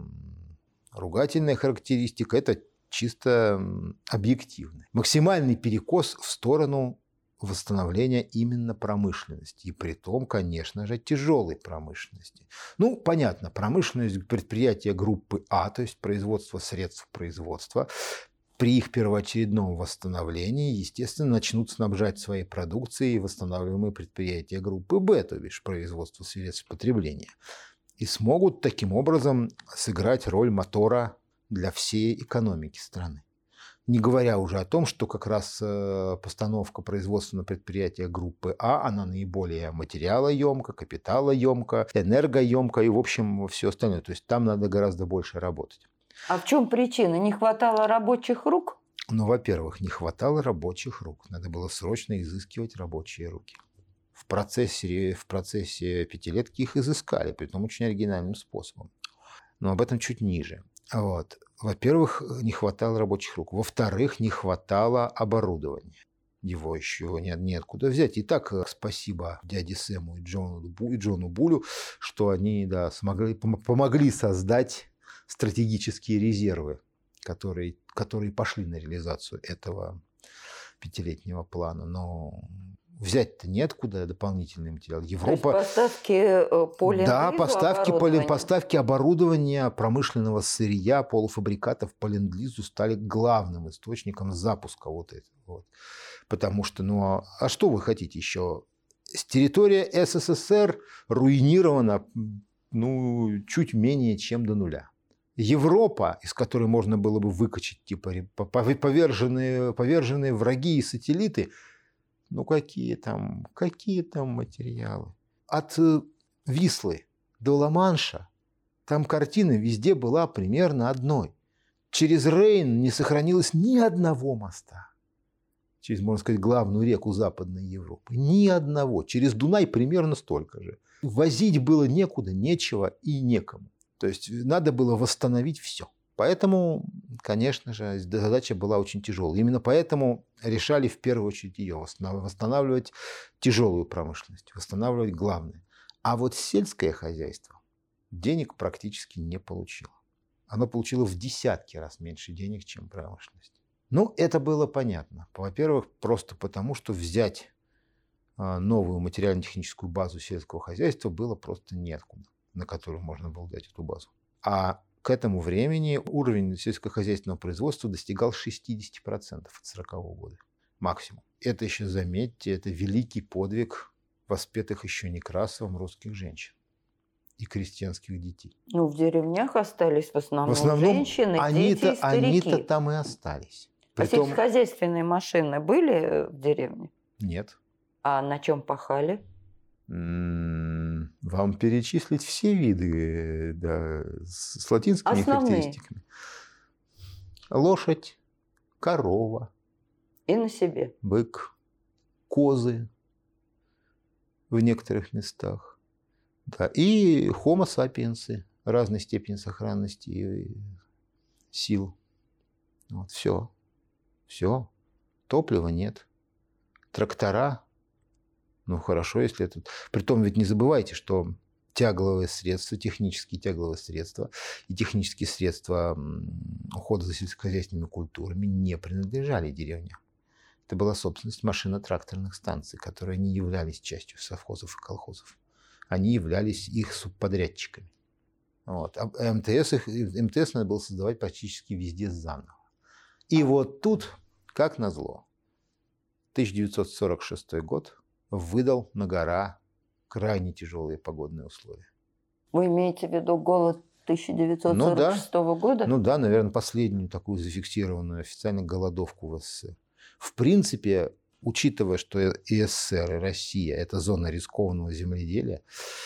C: ругательная характеристика, это чисто объективно. Максимальный перекос в сторону восстановления именно промышленности. И при том, конечно же, тяжелой промышленности. Ну, понятно, промышленность предприятия группы А, то есть производство средств производства, при их первоочередном восстановлении, естественно, начнут снабжать своей продукцией восстанавливаемые предприятия группы Б, то бишь производство средств потребления. И смогут таким образом сыграть роль мотора для всей экономики страны. Не говоря уже о том, что как раз постановка производства на предприятия группы А, она наиболее материалоемка, капиталоемка, энергоемка и, в общем, все остальное. То есть там надо гораздо больше работать.
B: А в чем причина? Не хватало рабочих рук?
C: Ну, во-первых, не хватало рабочих рук. Надо было срочно изыскивать рабочие руки. В процессе, в процессе пятилетки их изыскали, притом очень оригинальным способом. Но об этом чуть ниже. Вот. Во-первых, не хватало рабочих рук. Во-вторых, не хватало оборудования. Его еще не, неоткуда взять. И так спасибо дяде Сэму и Джону, и Джону Булю, что они да, смогли, помогли создать стратегические резервы, которые, которые пошли на реализацию этого пятилетнего плана. Но взять-то неоткуда дополнительный материал. Европа...
B: То есть поставки по ленд-лизу,
C: да, поставки,
B: оборудования.
C: поставки оборудования, промышленного сырья, полуфабрикатов по ленд-лизу стали главным источником запуска вот этого. Вот. Потому что, ну, а что вы хотите еще? Территория СССР руинирована, ну, чуть менее чем до нуля. Европа, из которой можно было бы выкачать типа поверженные, поверженные враги и сателлиты, ну какие там, какие там материалы? От Вислы до Ла-Манша там картина везде была примерно одной. Через Рейн не сохранилось ни одного моста. через, можно сказать, главную реку Западной Европы. Ни одного. Через Дунай примерно столько же. Возить было некуда, нечего и некому. То есть надо было восстановить все. Поэтому, конечно же, задача была очень тяжелая. Именно поэтому решали в первую очередь ее восстанавливать тяжелую промышленность, восстанавливать главное. А вот сельское хозяйство денег практически не получило. Оно получило в десятки раз меньше денег, чем промышленность. Ну, это было понятно. Во-первых, просто потому, что взять новую материально-техническую базу сельского хозяйства было просто неоткуда, на которую можно было дать эту базу. А к этому времени уровень сельскохозяйственного производства достигал шестьдесят процентов от сорокового года максимум. Это еще, заметьте, это великий подвиг воспетых еще Некрасовым русских женщин и крестьянских детей.
B: Ну, в деревнях остались в основном,
C: в основном
B: женщины,
C: они-то,
B: дети и старики.
C: Они-то там и остались.
B: Притом... А сельскохозяйственные машины были в деревне?
C: Нет.
B: А на чем пахали?
C: Вам перечислить все виды, да, с латинскими
B: основные
C: характеристиками. Лошадь, корова.
B: И на себе.
C: Бык, козы в некоторых местах. Да. И homo sapiens разной степени сохранности и сил. Вот, все. Все. Топлива нет. Трактора. Ну, хорошо, если это... Притом ведь не забывайте, что тягловые средства, технические тягловые средства и технические средства ухода за сельскохозяйственными культурами не принадлежали деревням. Это была собственность машино-тракторных станций, которые не являлись частью совхозов и колхозов. Они являлись их субподрядчиками. Вот. А МТС, их, МТС надо было создавать практически везде заново. И вот тут, как назло, тысяча девятьсот сорок шестой год выдал на гора крайне тяжелые погодные условия.
B: Вы имеете в виду голод тысяча девятьсот сорок шестого
C: ну, да.
B: года?
C: Ну да, наверное, последнюю такую зафиксированную официально голодовку в СССР. В принципе, учитывая, что и СССР, и Россия – это зона рискованного земледелия,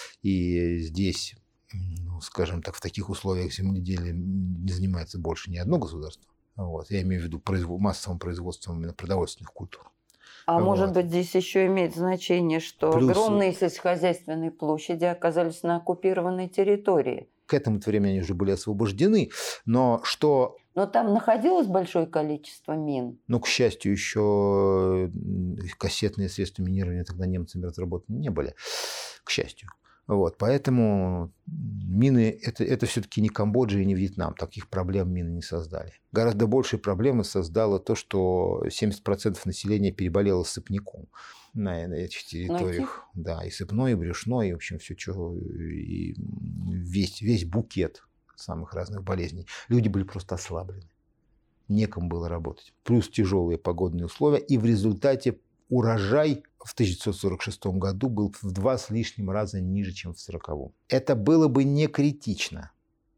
C: и здесь, ну, скажем так, в таких условиях земледелия не занимается больше ни одно государство. Вот. Я имею в виду производ... массовым производством именно продовольственных культур.
B: А
C: вот.
B: Может быть, здесь еще имеет значение, что
C: Плюс...
B: огромные сельскохозяйственные площади оказались на оккупированной территории.
C: К этому времени они уже были освобождены, но что...
B: Но там находилось большое количество мин.
C: Ну, к счастью, еще кассетные средства минирования тогда немцами разработаны не были, к счастью. Вот, поэтому мины это, это все-таки не Камбоджа и не Вьетнам. Таких проблем мины не создали. Гораздо большие проблемы создало то, что семьдесят процентов населения переболело сыпняком на, на этих территориях. Ну, да, и сыпной, и брюшной, и, в общем, все, что, и весь, весь букет самых разных болезней. Люди были просто ослаблены. Некому было работать. Плюс тяжелые погодные условия. И в результате урожай в тысяча девятьсот сорок шестом году был в два с лишним раза ниже, чем в сороковом. Это было бы не критично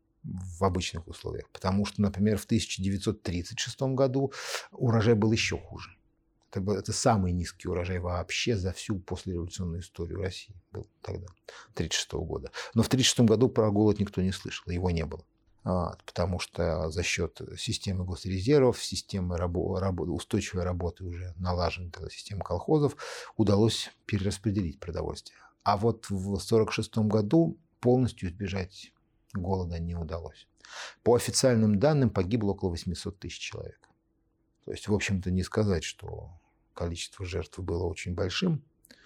C: в обычных условиях, потому что, например, в тысяча девятьсот тридцать шестом году урожай был еще хуже. Это, был, это самый низкий урожай вообще за всю послереволюционную историю России был тогда, тридцать шестого года. Но в тридцать шестом году про голод никто не слышал, его не было. Потому что за счет системы госрезервов, системы рабо- рабо- устойчивой работы уже налаженной системы колхозов удалось перераспределить продовольствие. А вот в сорок шестом году полностью избежать голода не удалось. По официальным данным погибло около восемьсот тысяч человек. То есть, в общем-то, не сказать, что количество жертв было очень большим,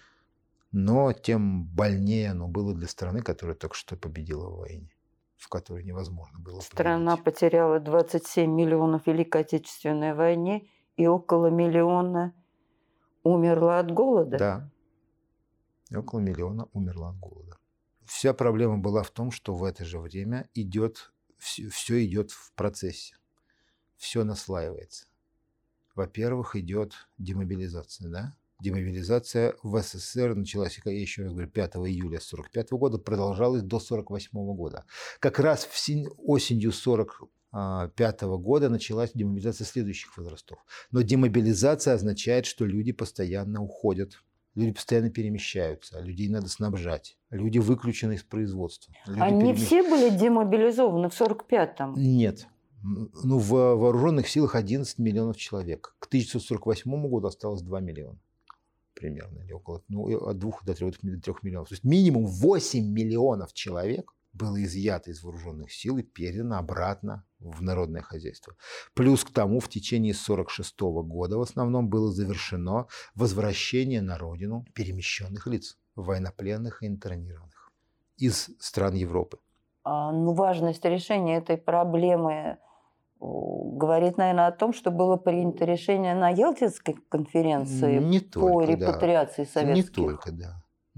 C: но тем больнее оно было для страны, которая только что победила в войне, в которой невозможно было победить.
B: Страна потеряла двадцать семь миллионов в Великой Отечественной войне и около миллиона умерла от голода.
C: Да, и около миллиона умерла от голода. Вся проблема была в том, что в это же время идет, все, все идет в процессе, все наслаивается. Во-первых, идет демобилизация, да? Демобилизация в СССР началась, я еще раз говорю, пятого июля сорок пятого года, продолжалась до сорок восьмого года. Как раз в син... осенью сорок пятого года началась демобилизация следующих возрастов. Но демобилизация означает, что люди постоянно уходят, люди постоянно перемещаются, людей надо снабжать, люди выключены из производства. Люди
B: Они
C: перемещ...
B: все были демобилизованы в сорок пятом?
C: Нет. Ну, в вооруженных силах одиннадцать миллионов человек. К тысяча девятьсот сорок восьмому году осталось два миллиона. Примерно, или около, ну, от двух до трех миллионов. То есть минимум восемь миллионов человек было изъято из вооруженных сил и передано обратно в народное хозяйство. Плюс к тому в течение сорок шестого года в основном было завершено возвращение на родину перемещенных лиц, военнопленных и интернированных из стран Европы.
B: А, ну, важность решения этой проблемы говорит, наверное, о том, что было принято решение на Ялтинской конференции
C: Не
B: по
C: только,
B: репатриации
C: да.
B: советских.
C: Не только, да.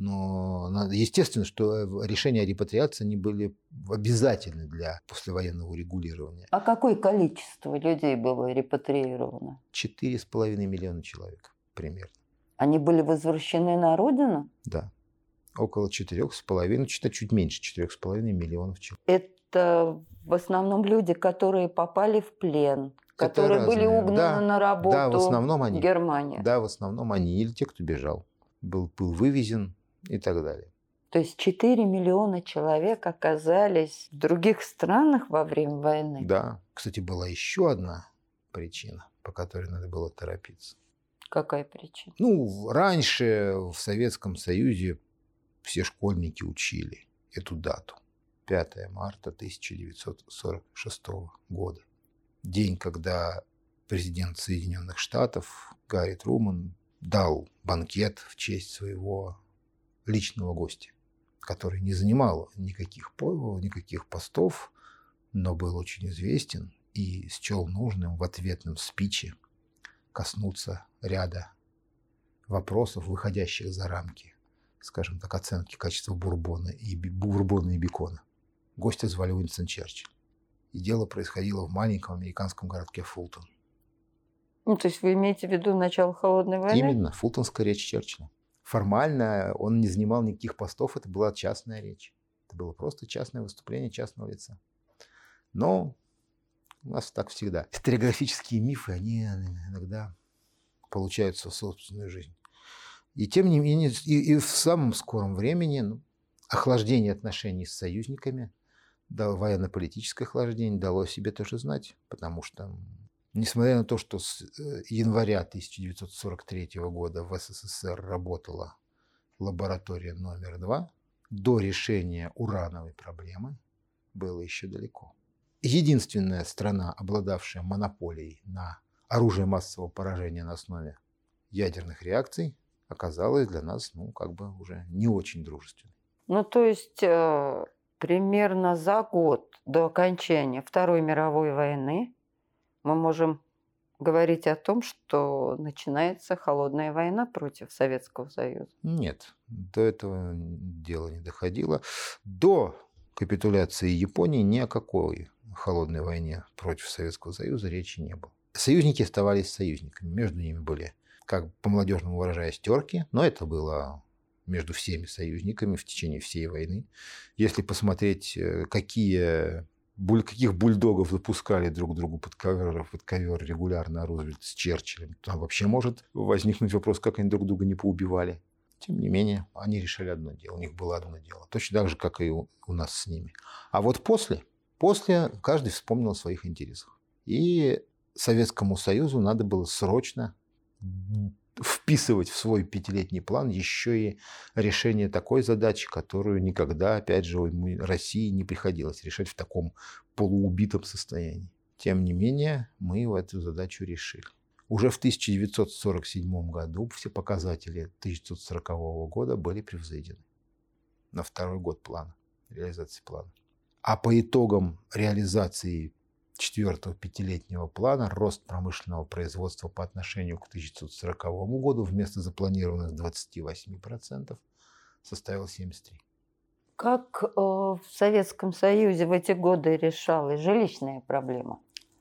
C: Но естественно, что решения о репатриации не были обязательны для послевоенного урегулирования.
B: А какое количество людей было репатриировано?
C: Четыре с половиной миллиона человек примерно.
B: Они были возвращены на родину?
C: Да. Около четырех с половиной, чуть, чуть меньше четырех с половиной миллионов человек.
B: Это в основном люди, которые попали в плен,
C: Это
B: которые
C: разные.
B: были угнаны
C: Да,
B: на работу
C: да, в основном они.
B: в Германию.
C: Да, в основном они или те, кто бежал, был, был вывезен и так далее.
B: То есть четыре миллиона человек оказались в других странах во время войны?
C: Да. Кстати, была еще одна причина, по которой надо было торопиться.
B: Какая причина?
C: Ну, раньше в Советском Союзе все школьники учили эту дату. пятое марта тысяча девятьсот сорок шестого года. День, когда президент Соединенных Штатов Гарри Трумэн дал банкет в честь своего личного гостя, который не занимал никаких, никаких постов, но был очень известен и счел нужным в ответном спиче коснуться ряда вопросов, выходящих за рамки, скажем так, оценки качества бурбона и, бурбона и бекона. Гостя звали Уинстон Черчилль. И дело происходило в маленьком американском городке Фултон.
B: Ну, то есть вы имеете в виду начало Холодной войны?
C: Именно, фултонская речь Черчилля. Формально он не занимал никаких постов, это была частная речь. Это было просто частное выступление частного лица. Но у нас так всегда. Историографические мифы, они иногда получают свою собственную жизнь. И тем не менее, и, и в самом скором времени ну, охлаждение отношений с союзниками, да, военно-политическое охлаждение дало о себе тоже знать, потому что, несмотря на то, что с января тысяча девятьсот сорок третьего года в СССР работала лаборатория номер два, до решения урановой проблемы было еще далеко. Единственная страна, обладавшая монополией на оружие массового поражения на основе ядерных реакций, оказалась для нас, ну, как бы уже не очень дружественной.
B: Ну, то есть э, примерно за год до окончания Второй мировой войны мы можем говорить о том, что начинается холодная война против Советского Союза?
C: Нет, до этого дело не доходило. До капитуляции Японии ни о какой холодной войне против Советского Союза речи не было. Союзники оставались союзниками. Между ними были, как по-молодежному выражаясь, терки, но это было между всеми союзниками в течение всей войны. Если посмотреть, какие, каких бульдогов запускали друг другу под ковер, под ковер регулярно Рузвельт с Черчиллем, там вообще может возникнуть вопрос, как они друг друга не поубивали. Тем не менее, они решили одно дело, у них было одно дело, точно так же, как и у, у нас с ними. А вот после, после каждый вспомнил о своих интересах. И Советскому Союзу надо было срочно вписывать в свой пятилетний план еще и решение такой задачи, которую никогда, опять же, России не приходилось решать в таком полуубитом состоянии. Тем не менее, мы эту задачу решили. Уже в тысяча девятьсот сорок седьмом году все показатели тысяча девятьсот сорокового года были превзойдены на второй год плана, реализации плана. А по итогам реализации четвертого пятилетнего плана рост промышленного производства по отношению к тысяча девятьсот сороковому году вместо запланированных двадцати восьми процентов составил семьдесят три процента.
B: Как э, в Советском Союзе в эти годы решалась жилищная проблема?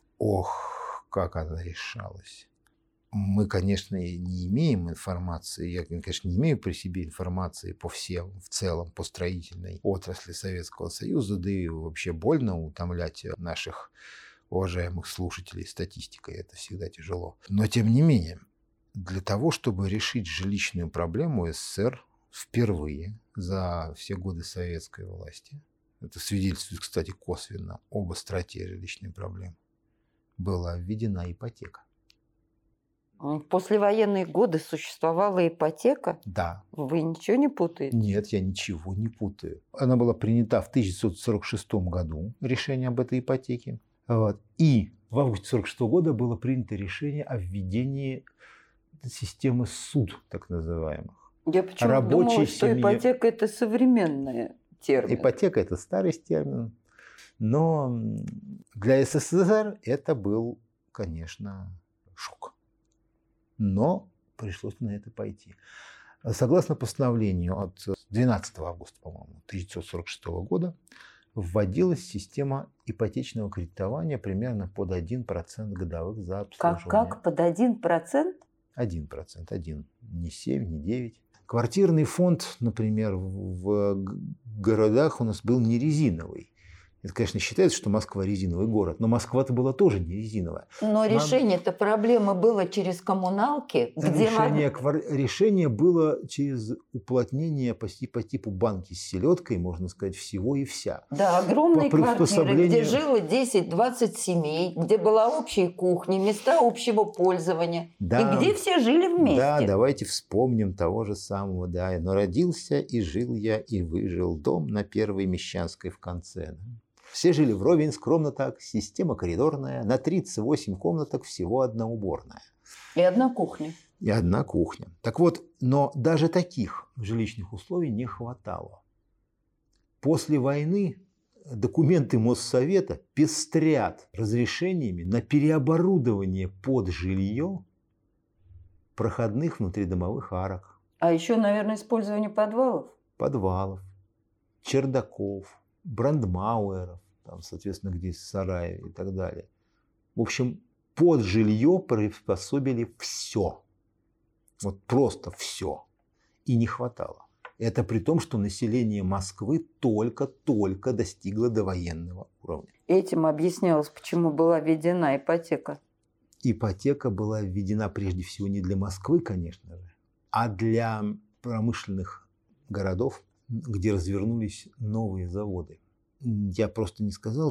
C: Ох, как она решалась. Мы, конечно, не имеем информации, я, конечно, не имею при себе информации по всем, в целом, по строительной отрасли Советского Союза, да и вообще больно утомлять наших уважаемых слушателей статистикой, это всегда тяжело. Но, тем не менее, для того, чтобы решить жилищную проблему, СССР впервые за все годы советской власти, это свидетельствует, кстати, косвенно об остроте жилищной проблемы, была введена ипотека.
B: В послевоенные годы существовала ипотека?
C: Да.
B: Вы ничего не путаете?
C: Нет, я ничего не путаю. Она была принята в тысяча девятьсот сорок шестом году, решение об этой ипотеке. Вот. И в августе сорок шестого года было принято решение о введении системы суд, так называемых.
B: Я почему-то думала, что семье... ипотека – это современный термин.
C: Ипотека – это старый термин. Но для СССР это был, конечно, шок. Но пришлось на это пойти. Согласно постановлению от двенадцатого августа, по-моему, тысяча девятьсот сорок шестого года, вводилась система ипотечного кредитования примерно под один процент годовых за обслуживание.
B: Как, как? Под один процент?
C: один процент, один. Не семь, не девять. Квартирный фонд, например, в городах у нас был не резиновый. Это, конечно, считается, что Москва резиновый город, но Москва-то была тоже не резиновая.
B: Но решение-то проблемы было через коммуналки. Где
C: решение,
B: мог...
C: квар... решение было через уплотнение почти по типу банки с селедкой, можно сказать, всего и вся.
B: Да, огромные квартиры, где жило десять-двадцать семей, где была общая кухня, места общего пользования. Да. И где все жили вместе.
C: Да, давайте вспомним того же самого. Да. Но родился и жил я, и выжил дом на Первой Мещанской в конце. Все жили вровень, скромно так, система коридорная, на тридцать восемь комнаток всего одна уборная.
B: И одна кухня.
C: И одна кухня. Так вот, но даже таких жилищных условий не хватало. После войны документы Моссовета пестрят разрешениями на переоборудование под жилье проходных внутридомовых арок.
B: А еще, наверное, использование подвалов?
C: Подвалов, чердаков, брандмауэров, там, соответственно, где сараи и так далее. В общем, под жилье приспособили все. Вот просто все. И не хватало. Это при том, что население Москвы только-только достигло довоенного уровня.
B: Этим объяснялось, почему была введена ипотека.
C: Ипотека была введена прежде всего не для Москвы, конечно же, а для промышленных городов, где развернулись новые заводы. Я просто не сказал,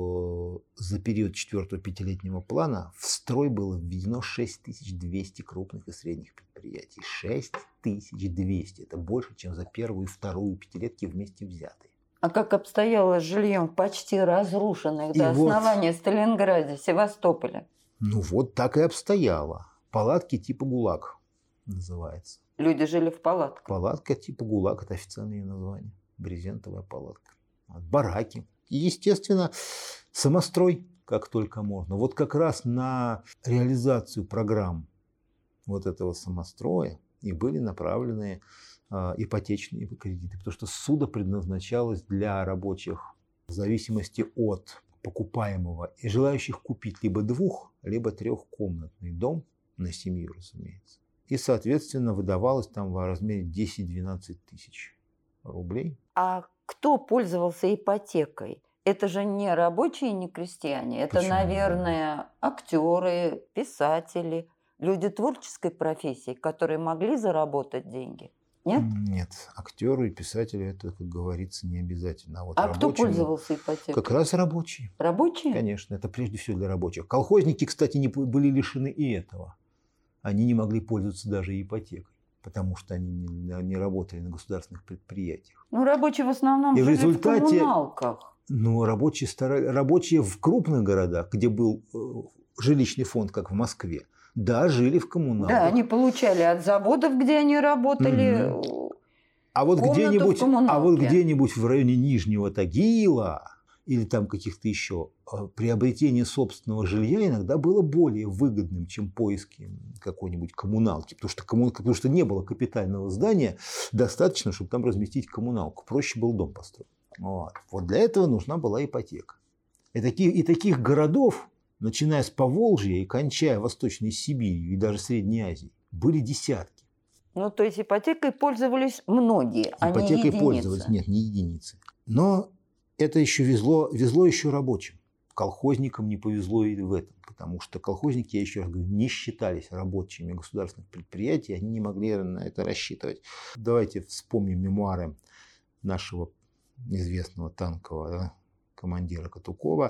C: что за период четвертого пятилетнего плана в строй было введено шесть тысяч двести крупных и средних предприятий. шесть тысяч двести. Это больше, чем за первую и вторую пятилетки вместе взятые.
B: А как обстояло с жильем в почти разрушенных до
C: вот,
B: основания Сталинграде, Севастополе?
C: Ну вот так и обстояло. Палатки типа ГУЛАГ называется.
B: Люди жили в палатках?
C: Палатка типа ГУЛАГ, это официальное название. Брезентовая палатка. Бараки. И, естественно, самострой, как только можно. Вот как раз на реализацию программ вот этого самостроя и были направлены э, ипотечные кредиты. Потому что ссуда предназначалась для рабочих в зависимости от покупаемого и желающих купить либо двух, либо трехкомнатный дом на семью, разумеется. И, соответственно, выдавалось там в размере десять-двенадцать тысяч рублей.
B: А кто пользовался ипотекой? Это же не рабочие, не крестьяне. Это,
C: Почему?
B: Наверное, актеры, писатели, люди творческой профессии, которые могли заработать деньги. Нет?
C: Нет. Актеры и писатели, это, как говорится, не обязательно. А, вот
B: а кто пользовался ипотекой?
C: Как раз рабочие.
B: Рабочие?
C: Конечно. Это прежде всего для рабочих. Колхозники, кстати, не были лишены и этого. Они не могли пользоваться даже ипотекой, потому что они не, не работали на государственных предприятиях.
B: Ну, рабочие в основном
C: и
B: жили
C: в, результате,
B: в коммуналках.
C: Ну, рабочие, стара... рабочие в крупных городах, где был э, жилищный фонд, как в Москве, да, жили в коммуналках.
B: Да, они получали от заводов, где они работали,
C: mm-hmm. а вот где-нибудь, а вот где-нибудь в районе Нижнего Тагила или там каких-то еще, приобретение собственного жилья иногда было более выгодным, чем поиски какой-нибудь коммуналки. Потому что, комму... потому что не было капитального здания достаточно, чтобы там разместить коммуналку. Проще был дом построить. Вот. Вот для этого нужна была ипотека. И таких, и таких городов, начиная с Поволжья и кончая Восточной Сибирью и даже Средней Азией, были десятки.
B: Ну, то есть ипотекой пользовались многие, а не единицы.
C: Ипотекой пользовались, нет, не единицы. Но это еще везло, везло еще рабочим. Колхозникам не повезло и в этом, потому что колхозники, я еще раз говорю, не считались рабочими государственных предприятий, они не могли на это рассчитывать. Давайте вспомним мемуары нашего известного танкового, да, командира Катукова.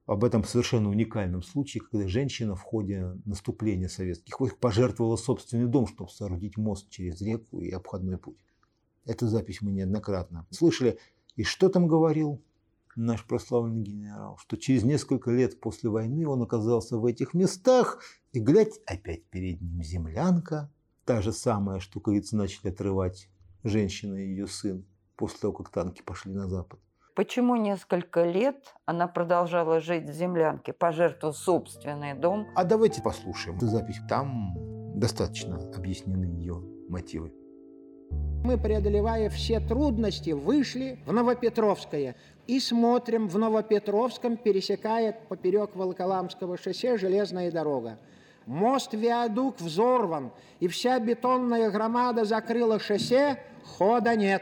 C: об этом совершенно уникальном случае, когда женщина в ходе наступления советских войск пожертвовала собственный дом, чтобы соорудить мост через реку и обходной путь. Эту запись мы неоднократно слышали. И что там говорил наш прославленный генерал? Что через несколько лет после войны он оказался в этих местах, и, глядь, опять перед ним землянка, та же самая, что, кажется, начали отрывать женщина и ее сын после того, как танки пошли на запад.
B: Почему несколько лет она продолжала жить в землянке, пожертвовав собственный дом?
C: А давайте послушаем эту запись. Там достаточно объяснены ее мотивы.
D: Мы, преодолевая все трудности, вышли в Новопетровское и смотрим, в Новопетровском пересекает поперек Волоколамского шоссе железная дорога. Мост-виадук взорван, и вся бетонная громада закрыла шоссе, хода нет.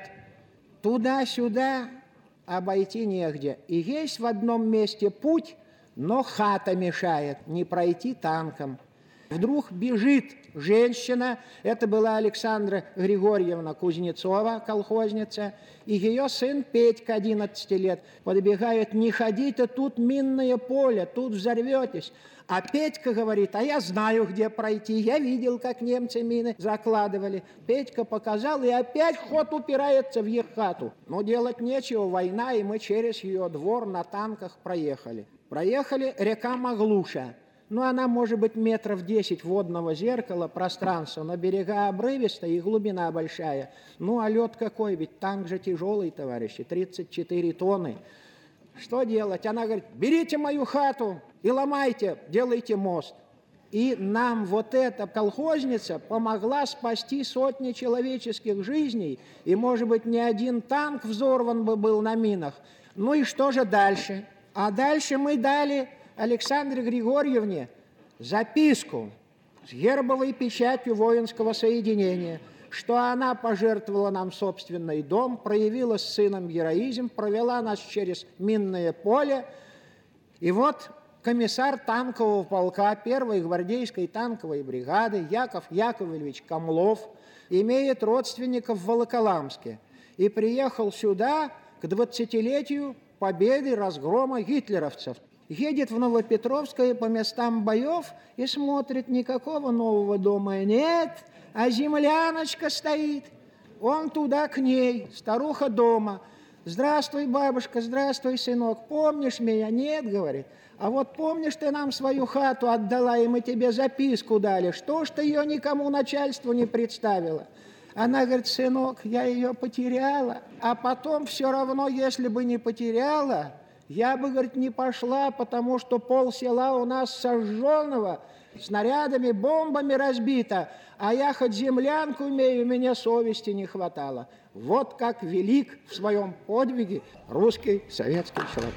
D: Туда-сюда обойти негде. И есть в одном месте путь, но хата мешает, не пройти танком. Вдруг бежит женщина, это была Александра Григорьевна Кузнецова, колхозница, и ее сын Петька, одиннадцать лет, подбегает: не ходите, тут минное поле, тут взорветесь. А Петька говорит: а я знаю, где пройти, я видел, как немцы мины закладывали. Петька показал, и опять ход упирается в их хату. Но делать нечего, война, и мы через ее двор на танках проехали. Проехали, река Маглуша. Ну, она может быть метров десять водного зеркала, пространства, но берега обрывистая и глубина большая. Ну, а лед какой, ведь танк же тяжелый, товарищи, тридцать четыре тонны. Что делать? Она говорит: берите мою хату и ломайте, делайте мост. И нам вот эта колхозница помогла спасти сотни человеческих жизней, и, может быть, ни один танк взорван бы был на минах. Ну и что же дальше? А дальше мы дали Александре Григорьевне записку с гербовой печатью воинского соединения, что она пожертвовала нам собственный дом, проявила с сыном героизм, провела нас через минное поле. И вот комиссар танкового полка первой гвардейской танковой бригады Яков Яковлевич Камлов имеет родственников в Волоколамске и приехал сюда к двадцатилетию победы разгрома гитлеровцев. Едет в Новопетровское по местам боев и смотрит: никакого нового дома нет, а земляночка стоит. Он туда к ней, старуха дома. Здравствуй, бабушка, здравствуй, сынок, помнишь меня? Нет, говорит. А вот помнишь, ты нам свою хату отдала, и мы тебе записку дали. Что ж ты ее никому начальству не представила? Она говорит: сынок, я ее потеряла, а потом все равно, если бы не потеряла, я бы, говорит, не пошла, потому что пол села у нас сожженного, снарядами, бомбами разбито, а я хоть землянку имею, мне совести не хватало. Вот как велик в своем подвиге русский советский человек.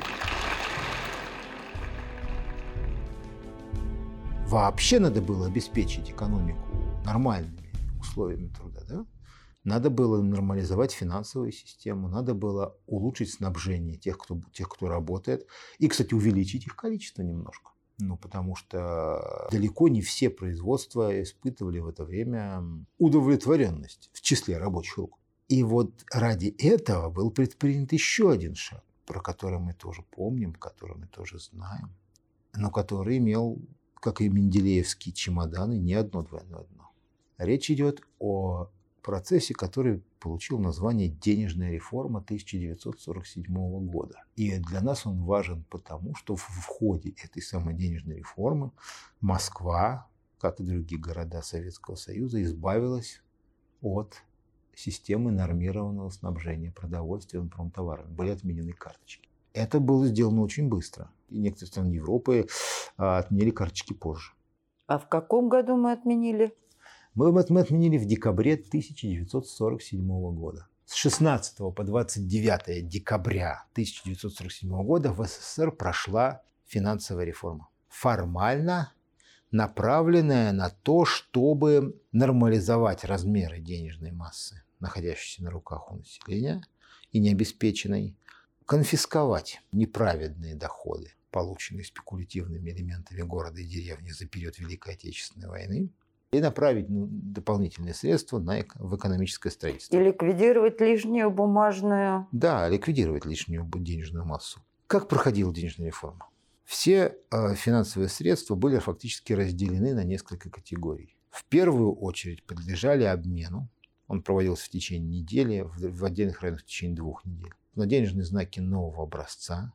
C: Вообще надо было обеспечить экономику нормальными условиями труда, да? Надо было нормализовать финансовую систему, надо было улучшить снабжение тех, кто, тех, кто работает, и, кстати, увеличить их количество немножко. Ну, потому что далеко не все производства испытывали в это время удовлетворенность в числе рабочих рук. И вот ради этого был предпринят еще один шаг, про который мы тоже помним, который мы тоже знаем, но который имел, как и менделеевские чемоданы, не одно двойное дно. Речь идет о процессе, который получил название «Денежная реформа» тысяча девятьсот сорок седьмого года. И для нас он важен потому, что в ходе этой самой денежной реформы Москва, как и другие города Советского Союза, избавилась от системы нормированного снабжения продовольствием и промтоварами. Были отменены карточки. Это было сделано очень быстро. И некоторые страны Европы отменили карточки позже.
B: А в каком году мы отменили?
C: Мы это отменили в декабре тысяча девятьсот сорок седьмого года. С шестнадцатого по двадцать девятое декабря тысяча девятьсот сорок седьмого года в СССР прошла финансовая реформа. Формально направленная на то, чтобы нормализовать размеры денежной массы, находящейся на руках у населения и необеспеченной, конфисковать неправедные доходы, полученные спекулятивными элементами города и деревни за период Великой Отечественной войны, и направить ну, дополнительные средства на, в экономическое строительство.
B: И ликвидировать лишнюю бумажную...
C: Да, ликвидировать лишнюю денежную массу. Как проходила денежная реформа? Все э, финансовые средства были фактически разделены на несколько категорий. В первую очередь подлежали обмену. Он проводился в течение недели, в, в отдельных районах в течение двух недель. На денежные знаки нового образца,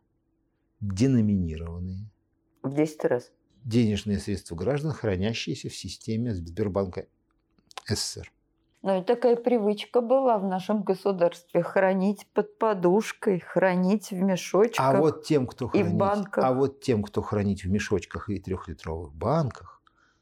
C: деноминированные.
B: В десять раз.
C: Денежные средства граждан, хранящиеся в системе Сбербанка СССР.
B: Но и такая привычка была в нашем государстве – хранить под подушкой, хранить в мешочках
C: а вот тем, кто
B: и
C: хранить,
B: в банках.
C: А вот тем, кто хранить в мешочках и трехлитровых банках,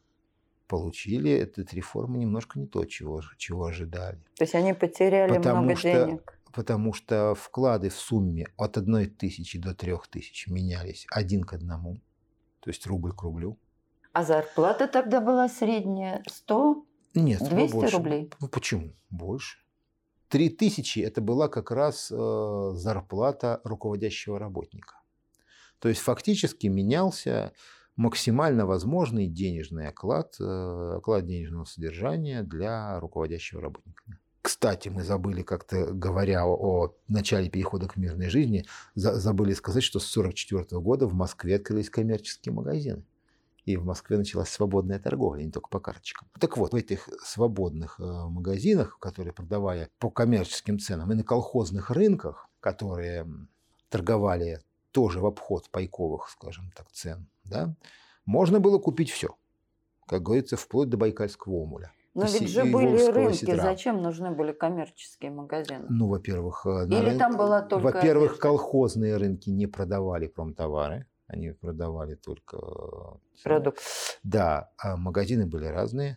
C: получили от этой реформы немножко не то, чего, чего ожидали.
B: То есть они потеряли
C: потому
B: много
C: что,
B: денег.
C: Потому что вклады в сумме от одной тысячи до трех тысяч менялись один к одному, то есть рубль к рублю.
B: А зарплата тогда была средняя сто?
C: Нет,
B: двести
C: больше.
B: рублей?
C: Ну почему? Больше. Три тысячи – это была как раз э, зарплата руководящего работника. То есть фактически менялся максимально возможный денежный оклад, э, оклад денежного содержания для руководящего работника. Кстати, мы забыли как-то, говоря о, о начале перехода к мирной жизни, за, забыли сказать, что с сорок четвёртого года в Москве открылись коммерческие магазины. И в Москве началась свободная торговля, не только по карточкам. Так вот, в этих свободных э, магазинах, которые продавали по коммерческим ценам, и на колхозных рынках, которые торговали тоже в обход пайковых, скажем так, цен, да, можно было купить все. Как говорится, вплоть до байкальского омуля.
B: Но
C: И
B: ведь
C: си-
B: же
C: и
B: были
C: волжского
B: рынки,
C: сидра.
B: зачем нужны были коммерческие магазины?
C: Ну, во-первых, на
B: Или
C: рын-
B: там была только
C: во-первых,
B: одежда?
C: колхозные рынки не продавали промтовары, они продавали только э,
B: Продукт.
C: Да, а магазины были разные.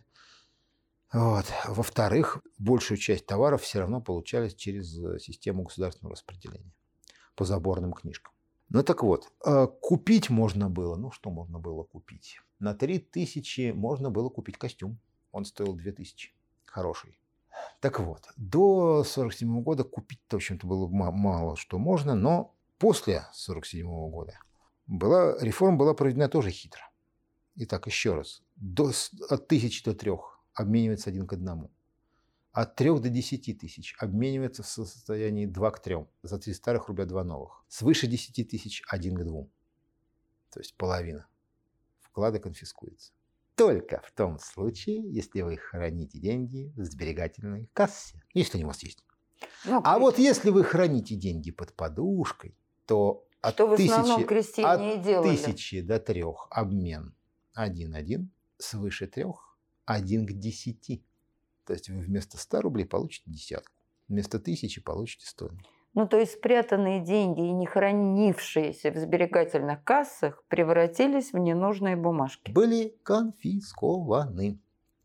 C: Вот. Во-вторых, большую часть товаров все равно получались через систему государственного распределения по заборным книжкам. Ну так вот, э, купить можно было, ну что можно было купить? На три тысячи можно было купить костюм, он стоил две тысячи, хороший. Так вот, до сорок седьмого года купить-то, в общем-то, было ма- мало что можно, но после сорок седьмого года была, реформа была проведена тоже хитро. Итак, еще раз. До, от тысячи до трех обменивается один к одному. От трех до десяти тысяч обменивается в состоянии два к трем. За три старых рубля два новых. Свыше десяти тысяч один к двум. То есть половина. Вклады конфискуются. Только в том случае, если вы храните деньги в сберегательной кассе. Если они у вас есть.
B: Ну,
C: А вот если вы храните деньги под подушкой, то от
B: что в основном
C: тысячи,
B: крестьяне и
C: от
B: делали.
C: тысячи до трех обмен один-один, свыше трех один к десяти. То есть вы вместо ста рублей получите десятку, вместо тысячи получите сто.
B: Ну, то есть спрятанные деньги и не хранившиеся в сберегательных кассах превратились в ненужные бумажки.
C: Были конфискованы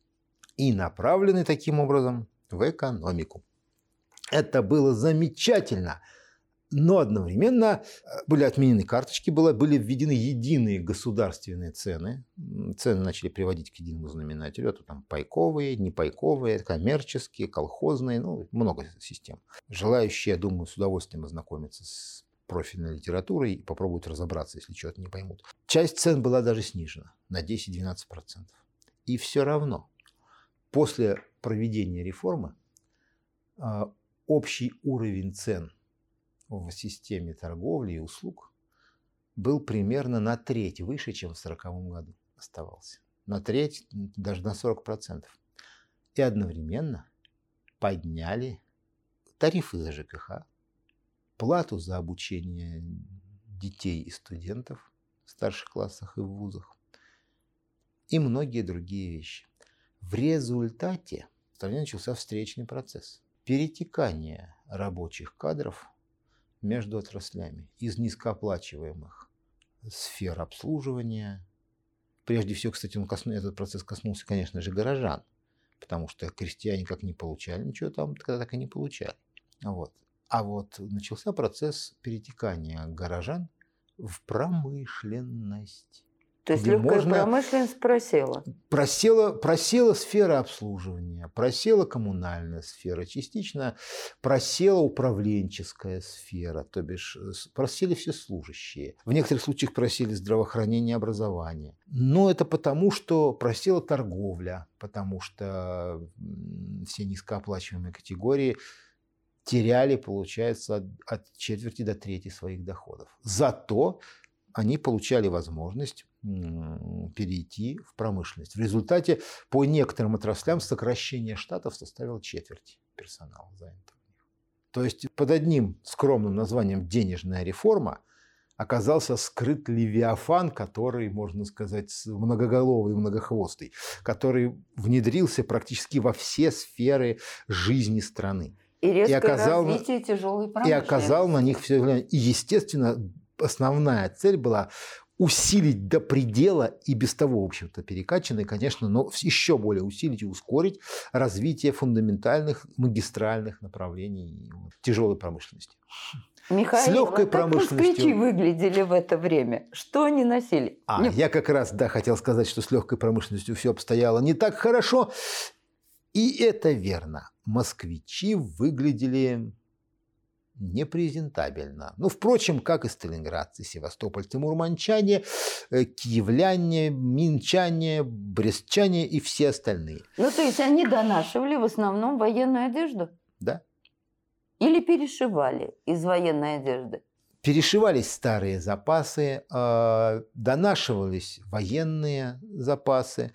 C: и направлены таким образом в экономику. Это было замечательно. Но одновременно были отменены карточки, было, были введены единые государственные цены. Цены начали приводить к единому знаменателю. Это там пайковые, непайковые, коммерческие, колхозные, ну, много систем. Желающие, я думаю, с удовольствием ознакомиться с профильной литературой и попробуют разобраться, если что-то не поймут. Часть цен была даже снижена на десять-двенадцать процентов. И все равно после проведения реформы общий уровень цен в системе торговли и услуг был примерно на треть выше, чем в сороковом году оставался. На треть, даже на сорок процентов. И одновременно подняли тарифы за ЖКХ, плату за обучение детей и студентов в старших классах и в вузах и многие другие вещи. В результате в стране начался встречный процесс перетекания рабочих кадров между отраслями из низкооплачиваемых сфер обслуживания. Прежде всего, кстати, он косну, этот процесс коснулся, конечно же, горожан, потому что крестьяне как не получали ничего там, тогда так и не получали. Вот. А вот начался процесс перетекания горожан в промышленность.
B: То есть
C: где
B: легкая
C: можно-
B: промышленность просела.
C: Просела, просела сфера обслуживания, просела коммунальная сфера, частично просела управленческая сфера, то бишь с- просели все служащие. В некоторых случаях просели здравоохранение и образование. Но это потому, что просела торговля, потому что м, все низкооплачиваемые категории теряли, получается, от, от четверти до трети своих доходов. Зато они получали возможность перейти в промышленность. В результате по некоторым отраслям сокращение штатов составило четверть персонала занятого. То есть под одним скромным названием «денежная реформа» оказался скрыт левиафан, который, можно сказать, многоголовый и многохвостый, который внедрился практически во все сферы жизни страны.
B: И резкое
C: и оказал,
B: развитие тяжелой промышленности.
C: И оказал на них все влияние. И, естественно, основная цель была усилить до предела и без того, в общем-то, перекачанной, конечно, но еще более усилить и ускорить развитие фундаментальных магистральных направлений тяжелой промышленности.
B: Михаил,
C: с легкой
B: а как
C: промышленностью.
B: москвичи выглядели в это время? Что они носили?
C: А,
B: Нет.
C: я как раз, да, хотел сказать, что с легкой промышленностью все обстояло не так хорошо. И это верно. Москвичи выглядели непрезентабельно. Ну, впрочем, как и сталинградцы, севастопольцы, мурманчане, киевляне, минчане, брестчане и все остальные.
B: Ну, то есть они донашивали в основном военную одежду?
C: Да.
B: Или перешивали из военной одежды?
C: Перешивались старые запасы, донашивались военные запасы,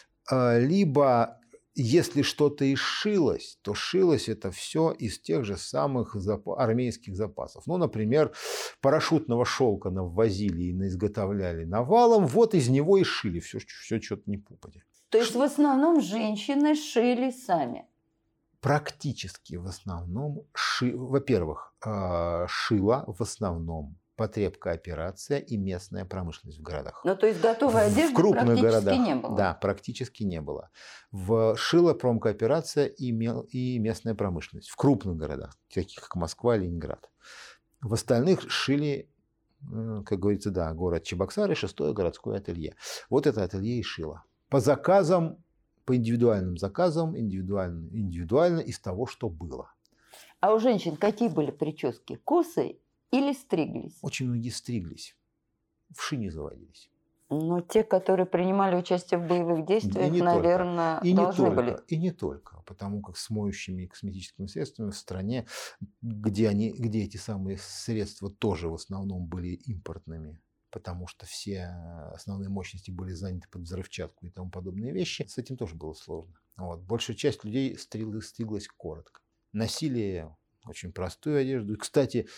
C: либо... Если что-то и шилось, то шилось это все из тех же самых зап... армейских запасов. Ну, например, парашютного шелка навозили и изготовляли навалом, вот из него и шили все, все что-то не попадя.
B: То есть в основном женщины шили сами?
C: Практически в основном, ши... во-первых, шила в основном потребкооперация и местная промышленность в городах.
B: Ну, то есть готовой одежды
C: в крупных
B: практически
C: городах,
B: не было?
C: Да, практически не было. В шила промкооперация и, мел, и местная промышленность. В крупных городах, таких как Москва, Ленинград. В остальных шили, как говорится, да, город Чебоксары, шестое городское ателье. Вот это ателье и шило. По заказам, по индивидуальным заказам, индивидуально, индивидуально из того, что было.
B: А у женщин какие были прически? Косые или стриглись?
C: Очень многие стриглись, вши не заводились.
B: Но те, которые принимали участие в боевых действиях,
C: и
B: наверное,
C: и
B: должны
C: не только,
B: были.
C: И не только, потому как с моющими и косметическими средствами в стране, где, они, где эти самые средства тоже в основном были импортными, потому что все основные мощности были заняты под взрывчатку и тому подобные вещи, с этим тоже было сложно. Вот. Большая часть людей стриглась, стриглась коротко. Носили очень простую одежду. И, кстати,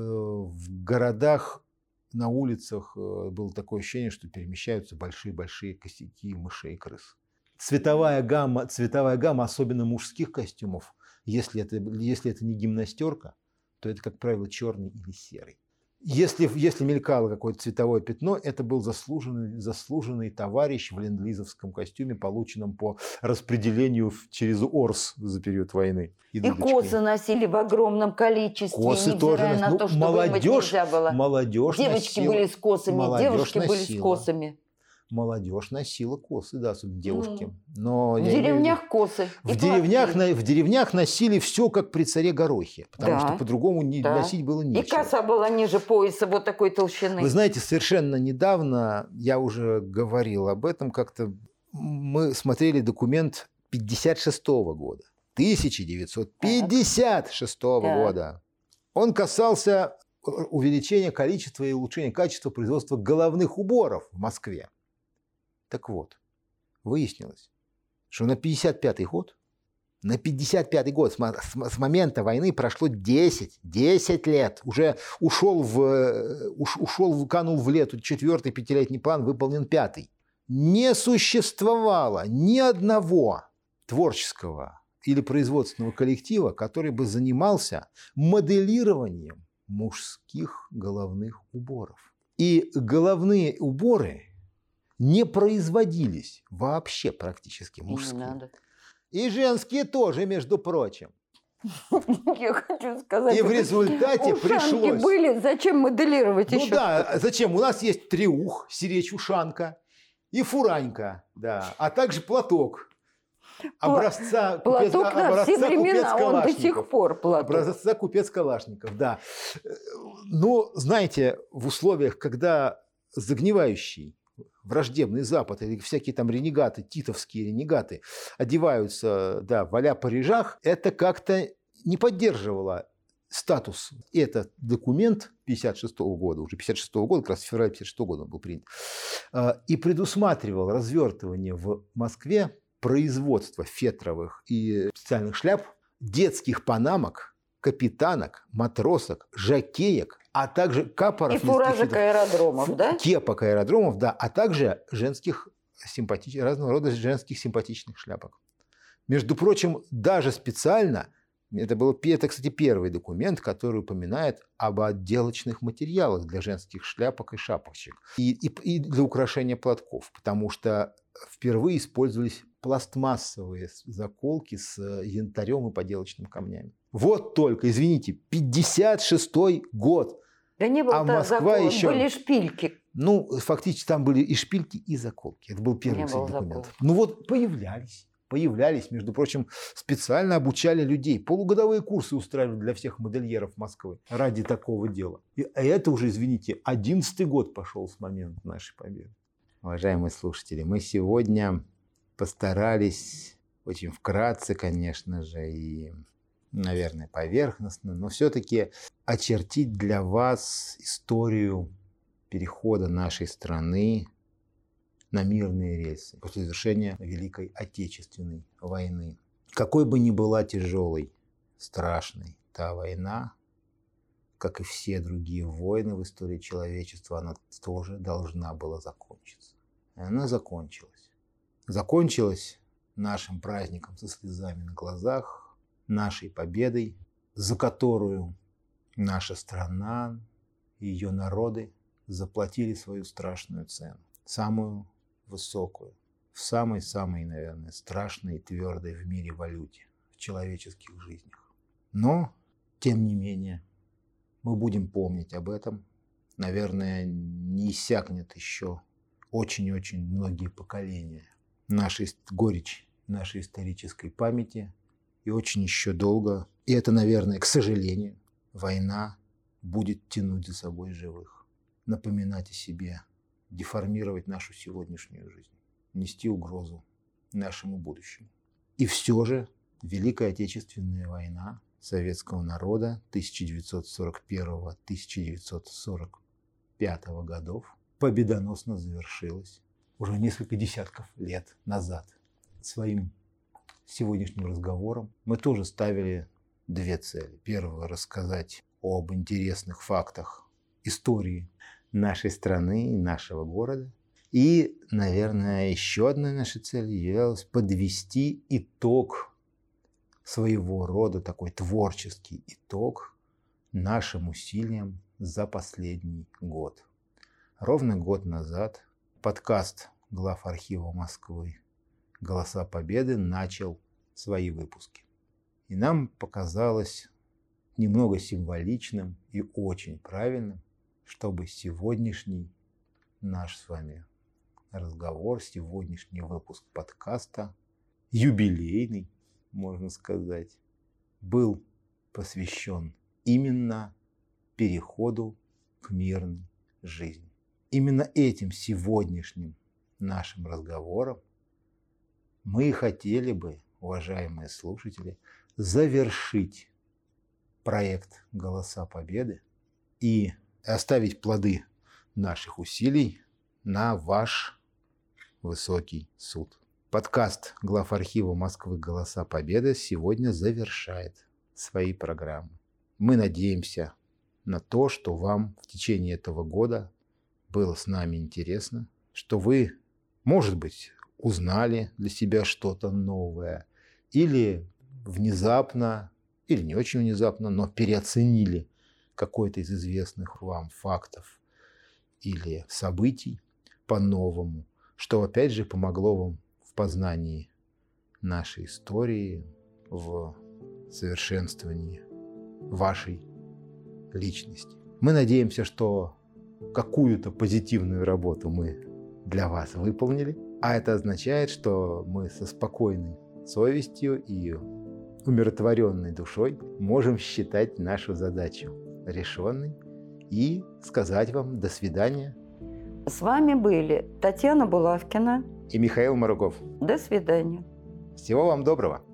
C: в городах, на улицах было такое ощущение, что перемещаются большие-большие косяки мышей и крыс. Цветовая гамма, цветовая гамма, особенно мужских костюмов, если это, если это не гимнастерка, то это, как правило, черный или серый. Если, если мелькало какое-то цветовое пятно, это был заслуженный, заслуженный товарищ в ленд-лизовском костюме, полученном по распределению через Орс за период войны. И,
B: и косы носили в огромном количестве,
C: косы
B: невзирая
C: тоже
B: на
C: ну,
B: то, что
C: молодежь,
B: вымыть нельзя было.
C: Молодежь
B: девочки
C: носила,
B: были с косами, девушки
C: носила.
B: были с косами.
C: Молодежь носила косы, да, особенно девушки.
B: Ну,
C: Но
B: в деревнях виду, косы.
C: В деревнях, на, в деревнях носили все как при царе Горохе, потому
B: да,
C: что по-другому не,
B: да.
C: носить было нечего.
B: И коса была ниже пояса вот такой толщины.
C: Вы знаете, совершенно недавно, я уже говорил об этом, как-то мы смотрели документ пятьдесят шестого года. тысяча девятьсот пятьдесят шестого
B: так.
C: года. Он касался увеличения количества и улучшения качества производства головных уборов в Москве. Так вот, выяснилось, что на пятьдесят пятый год, на пятьдесят пятый год, с, с, с момента войны прошло десять, десять лет. Уже ушел в, уш, ушел, канул в лету четвертый пятилетний план, выполнен пятый. Не существовало ни одного творческого или производственного коллектива, который бы занимался моделированием мужских головных уборов. И головные уборы не производились вообще практически мужские.
B: Не надо.
C: И женские тоже, между прочим.
B: Я хочу сказать,
C: и в результате пришлось...
B: были, зачем моделировать
C: ну
B: еще?
C: Ну да, зачем? У нас есть треух, сиречь-ушанка и фуранька, да, а также платок. Образца купец,
B: платок на
C: образца
B: все времена, он до сих пор платок.
C: Образца купец Калашников, да. Но, знаете, в условиях, когда загнивающий враждебный Запад или всякие там ренегаты, титовские ренегаты одеваются, да, валя по режах, это как-то не поддерживало статус. Этот документ пятьдесят шестого года, уже пятьдесят шестого года, как раз в феврале пятьдесят шестого года он был принят, и предусматривал развертывание в Москве производства фетровых и специальных шляп, детских панамок, капитанок, матросок, жакеек, а также капоров.
B: И фуражек аэродромов, да?
C: Кепок аэродромов, да, а также женских симпатич... разного рода женских симпатичных шляпок. Между прочим, даже специально, это, был, это, кстати, первый документ, который упоминает об отделочных материалах для женских шляпок и шапочек. И, и, и для украшения платков, потому что впервые использовались пластмассовые заколки с янтарем и поделочными камнями. Вот только, извините, пятьдесят шестой год.
B: Да не было,
C: а Москва
B: заколок,
C: еще...
B: были шпильки.
C: Ну, фактически там были и шпильки, и заколки. Это был первый, кстати, документ. Ну вот появлялись. Появлялись, между прочим, специально обучали людей. Полугодовые курсы устраивали для всех модельеров Москвы ради такого дела. И это уже, извините, одиннадцатый год пошел с момента нашей победы. Уважаемые слушатели, мы сегодня постарались очень вкратце, конечно же, и, наверное, поверхностно, но все-таки очертить для вас историю перехода нашей страны на мирные рельсы после завершения Великой Отечественной войны. Какой бы ни была тяжелой, страшной та война, как и все другие войны в истории человечества, она тоже должна была закончиться. И она закончилась. Закончилась нашим праздником со слезами на глазах, нашей победой, за которую наша страна и ее народы заплатили свою страшную цену. Самую высокую, в самой-самой, наверное, страшной и твердой в мире валюте, в человеческих жизнях. Но, тем не менее, мы будем помнить об этом. Наверное, не иссякнет еще очень-очень многие поколения нашей горечь, нашей исторической памяти. И очень еще долго, и это, наверное, к сожалению, война будет тянуть за собой живых, напоминать о себе, деформировать нашу сегодняшнюю жизнь, нести угрозу нашему будущему. И все же Великая Отечественная война советского народа тысяча девятьсот сорок первого — тысяча девятьсот сорок пятого годов победоносно завершилась уже несколько десятков лет назад. Своим сегодняшним разговором мы тоже ставили две цели. Первое – рассказать об интересных фактах истории нашей страны и нашего города. И, наверное, еще одной нашей целью являлось подвести итог, своего рода такой творческий итог нашим усилиям за последний год. Ровно год назад подкаст главархива Москвы «Голоса Победы» начал свои выпуски. И нам показалось немного символичным и очень правильным, чтобы сегодняшний наш с вами разговор, сегодняшний выпуск подкаста, юбилейный, можно сказать, был посвящен именно переходу к мирной жизни. Именно этим сегодняшним нашим разговором мы хотели бы, уважаемые слушатели, завершить проект «Голоса Победы» и оставить плоды наших усилий на ваш высокий суд. Подкаст главархива Москвы «Голоса Победы» сегодня завершает свои программы. Мы надеемся на то, что вам в течение этого года было с нами интересно, что вы, может быть, узнали для себя что-то новое или внезапно, или не очень внезапно, но переоценили какой-то из известных вам фактов или событий по-новому, что опять же помогло вам в познании нашей истории, в совершенствовании вашей личности. Мы надеемся, что какую-то позитивную работу мы для вас выполнили, а это означает, что мы со спокойной совестью и умиротворенной душой можем считать нашу задачу решенной и сказать вам до свидания.
B: С вами были Татьяна Булавкина
C: И Михаил Маруков.
B: До свидания.
C: Всего вам доброго.